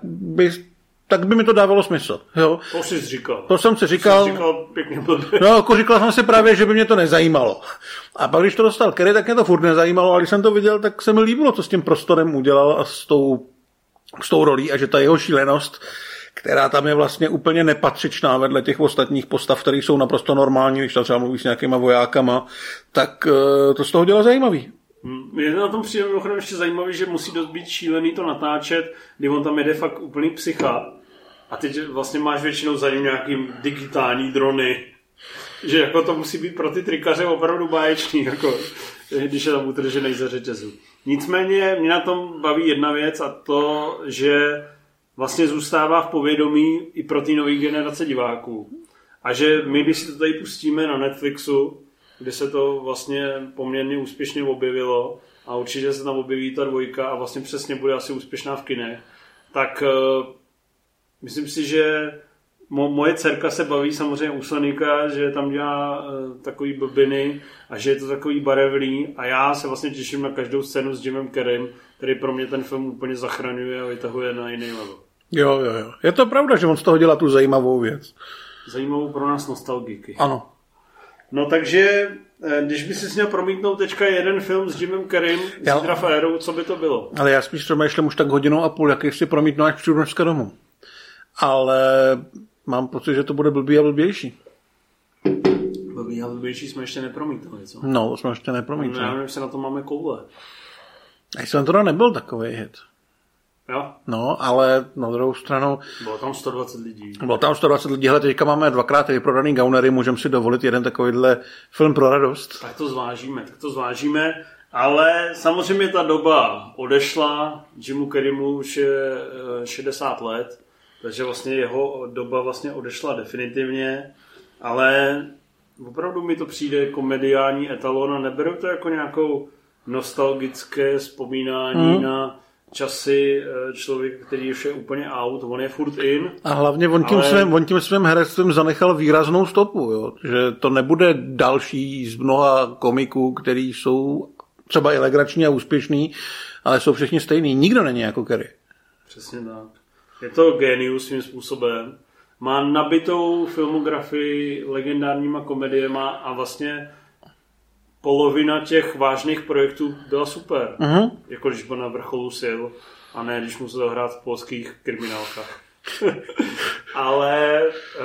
by mi to dávalo smysl. Jo. To jsi říkal. To jsem si říkal. No, jako říkal jsem si právě, že by mě to nezajímalo. A pak, když to dostal Carrey, tak mě to furt nezajímalo, a když jsem to viděl, tak se mi líbilo, co s tím prostorem udělal a s tou rolí a že ta jeho šílenost, která tam je vlastně úplně nepatřičná vedle těch ostatních postav, které jsou naprosto normální, když tam třeba mluví s nějakýma vojákama, tak to z toho dělá zajímavý. Je na tom přijde mimochodem ještě zajímavý, že musí dost být šílený to natáčet, kdy on tam jede fakt úplný psycha a teď vlastně máš většinou za ním nějaký digitální drony, že jako to musí být pro ty trikaře opravdu báječný, jako, když je tam utrženej za řetězu. Nicméně mě na tom baví jedna věc a to, že vlastně zůstává v povědomí i pro ty nové generace diváků. A že my, když si to tady pustíme na Netflixu, kde se to vlastně poměrně úspěšně objevilo a určitě se tam objeví ta 2 a vlastně přesně bude asi úspěšná v kinech, tak myslím si, že moje dcerka se baví samozřejmě u Sonika, že tam dělá takový blbiny a že je to takový barevný a já se vlastně těším na každou scénu s Jimem Carreym, který pro mě ten film úplně zachraňuje a vytahuje na jiný level. Jo. Je to pravda, že on z toho dělá tu zajímavou věc. Zajímavou pro nás nostalgiky. Ano. No takže, když by si měl promítnout teďka jeden film s Jimem Carreym zítra v Aeru, co by to bylo? Ale já spíš přemýšlím už tak 1,5 hodiny, jaký si promítnu, až přijdu dneska domů. Ale mám pocit, že to bude blbý a blbější. Blbý a blbější jsme ještě nepromítali, co? No, to jsme ještě nepromítali. Já nevím, jestli na to máme koule. A jsem teda nebyl takovej hit. Jo? No, ale na druhou stranu... Bylo tam 120 lidí. Hele, teďka máme 2x vyprodaný gaunery, můžeme si dovolit jeden takovýhle film pro radost. Tak to zvážíme, ale samozřejmě ta doba odešla, Jimu Carreymu už je 60 let, takže vlastně jeho doba vlastně odešla definitivně, ale opravdu mi to přijde jako mediální etalon a neberu to jako nějakou nostalgické vzpomínání na časy člověka, který už je úplně out, on je furt in. A hlavně on tím svým herectvím zanechal výraznou stopu, jo? Že to nebude další z mnoha komiků, který jsou třeba i legrační a úspěšný, ale jsou všichni stejný. Nikdo není jako Carrey. Přesně tak. Je to genius svým způsobem. Má nabitou filmografii legendárníma komediema a vlastně polovina těch vážných projektů byla super. Jako když byl na vrcholu sil a ne když musel hrát v polských kriminálkách. Ale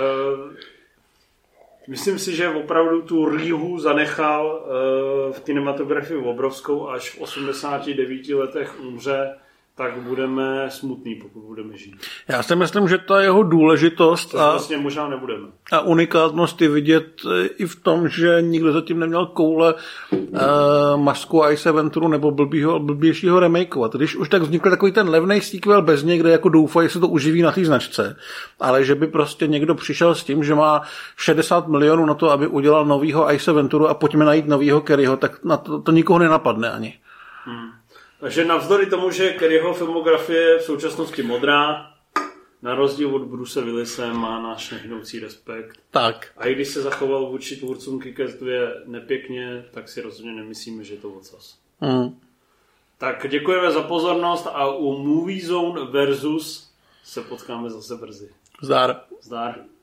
myslím si, že opravdu tu rýhu zanechal v kinematografii obrovskou, až v 89 letech umře, tak budeme smutný, pokud budeme žít. Já si myslím, že ta jeho důležitost a vlastně možná nebudeme. A unikátnost je vidět i v tom, že nikdo zatím neměl koule Masku a Ace Venturu nebo blbějšího remakeovat. Když už tak vznikl takový ten levnej sequel bez něj, kde jako doufají, se to uživí na té značce, ale že by prostě někdo přišel s tím, že má 60 milionů na to, aby udělal novýho Ace Venturu a pojďme najít novýho Carreyho, tak na to nikoho nenapadne ani. Takže navzdory tomu, že Carreyho filmografie je v současnosti modrá, na rozdíl od Bruce Willise má náš nehnoucí respekt. Tak. A i když se zachoval vůči tvůrcům Kick-Ass 2 nepěkně, tak si rozhodně nemyslíme, že je to ocas. Tak děkujeme za pozornost a u Movie Zone versus se potkáme zase brzy. Zdar. Zdar.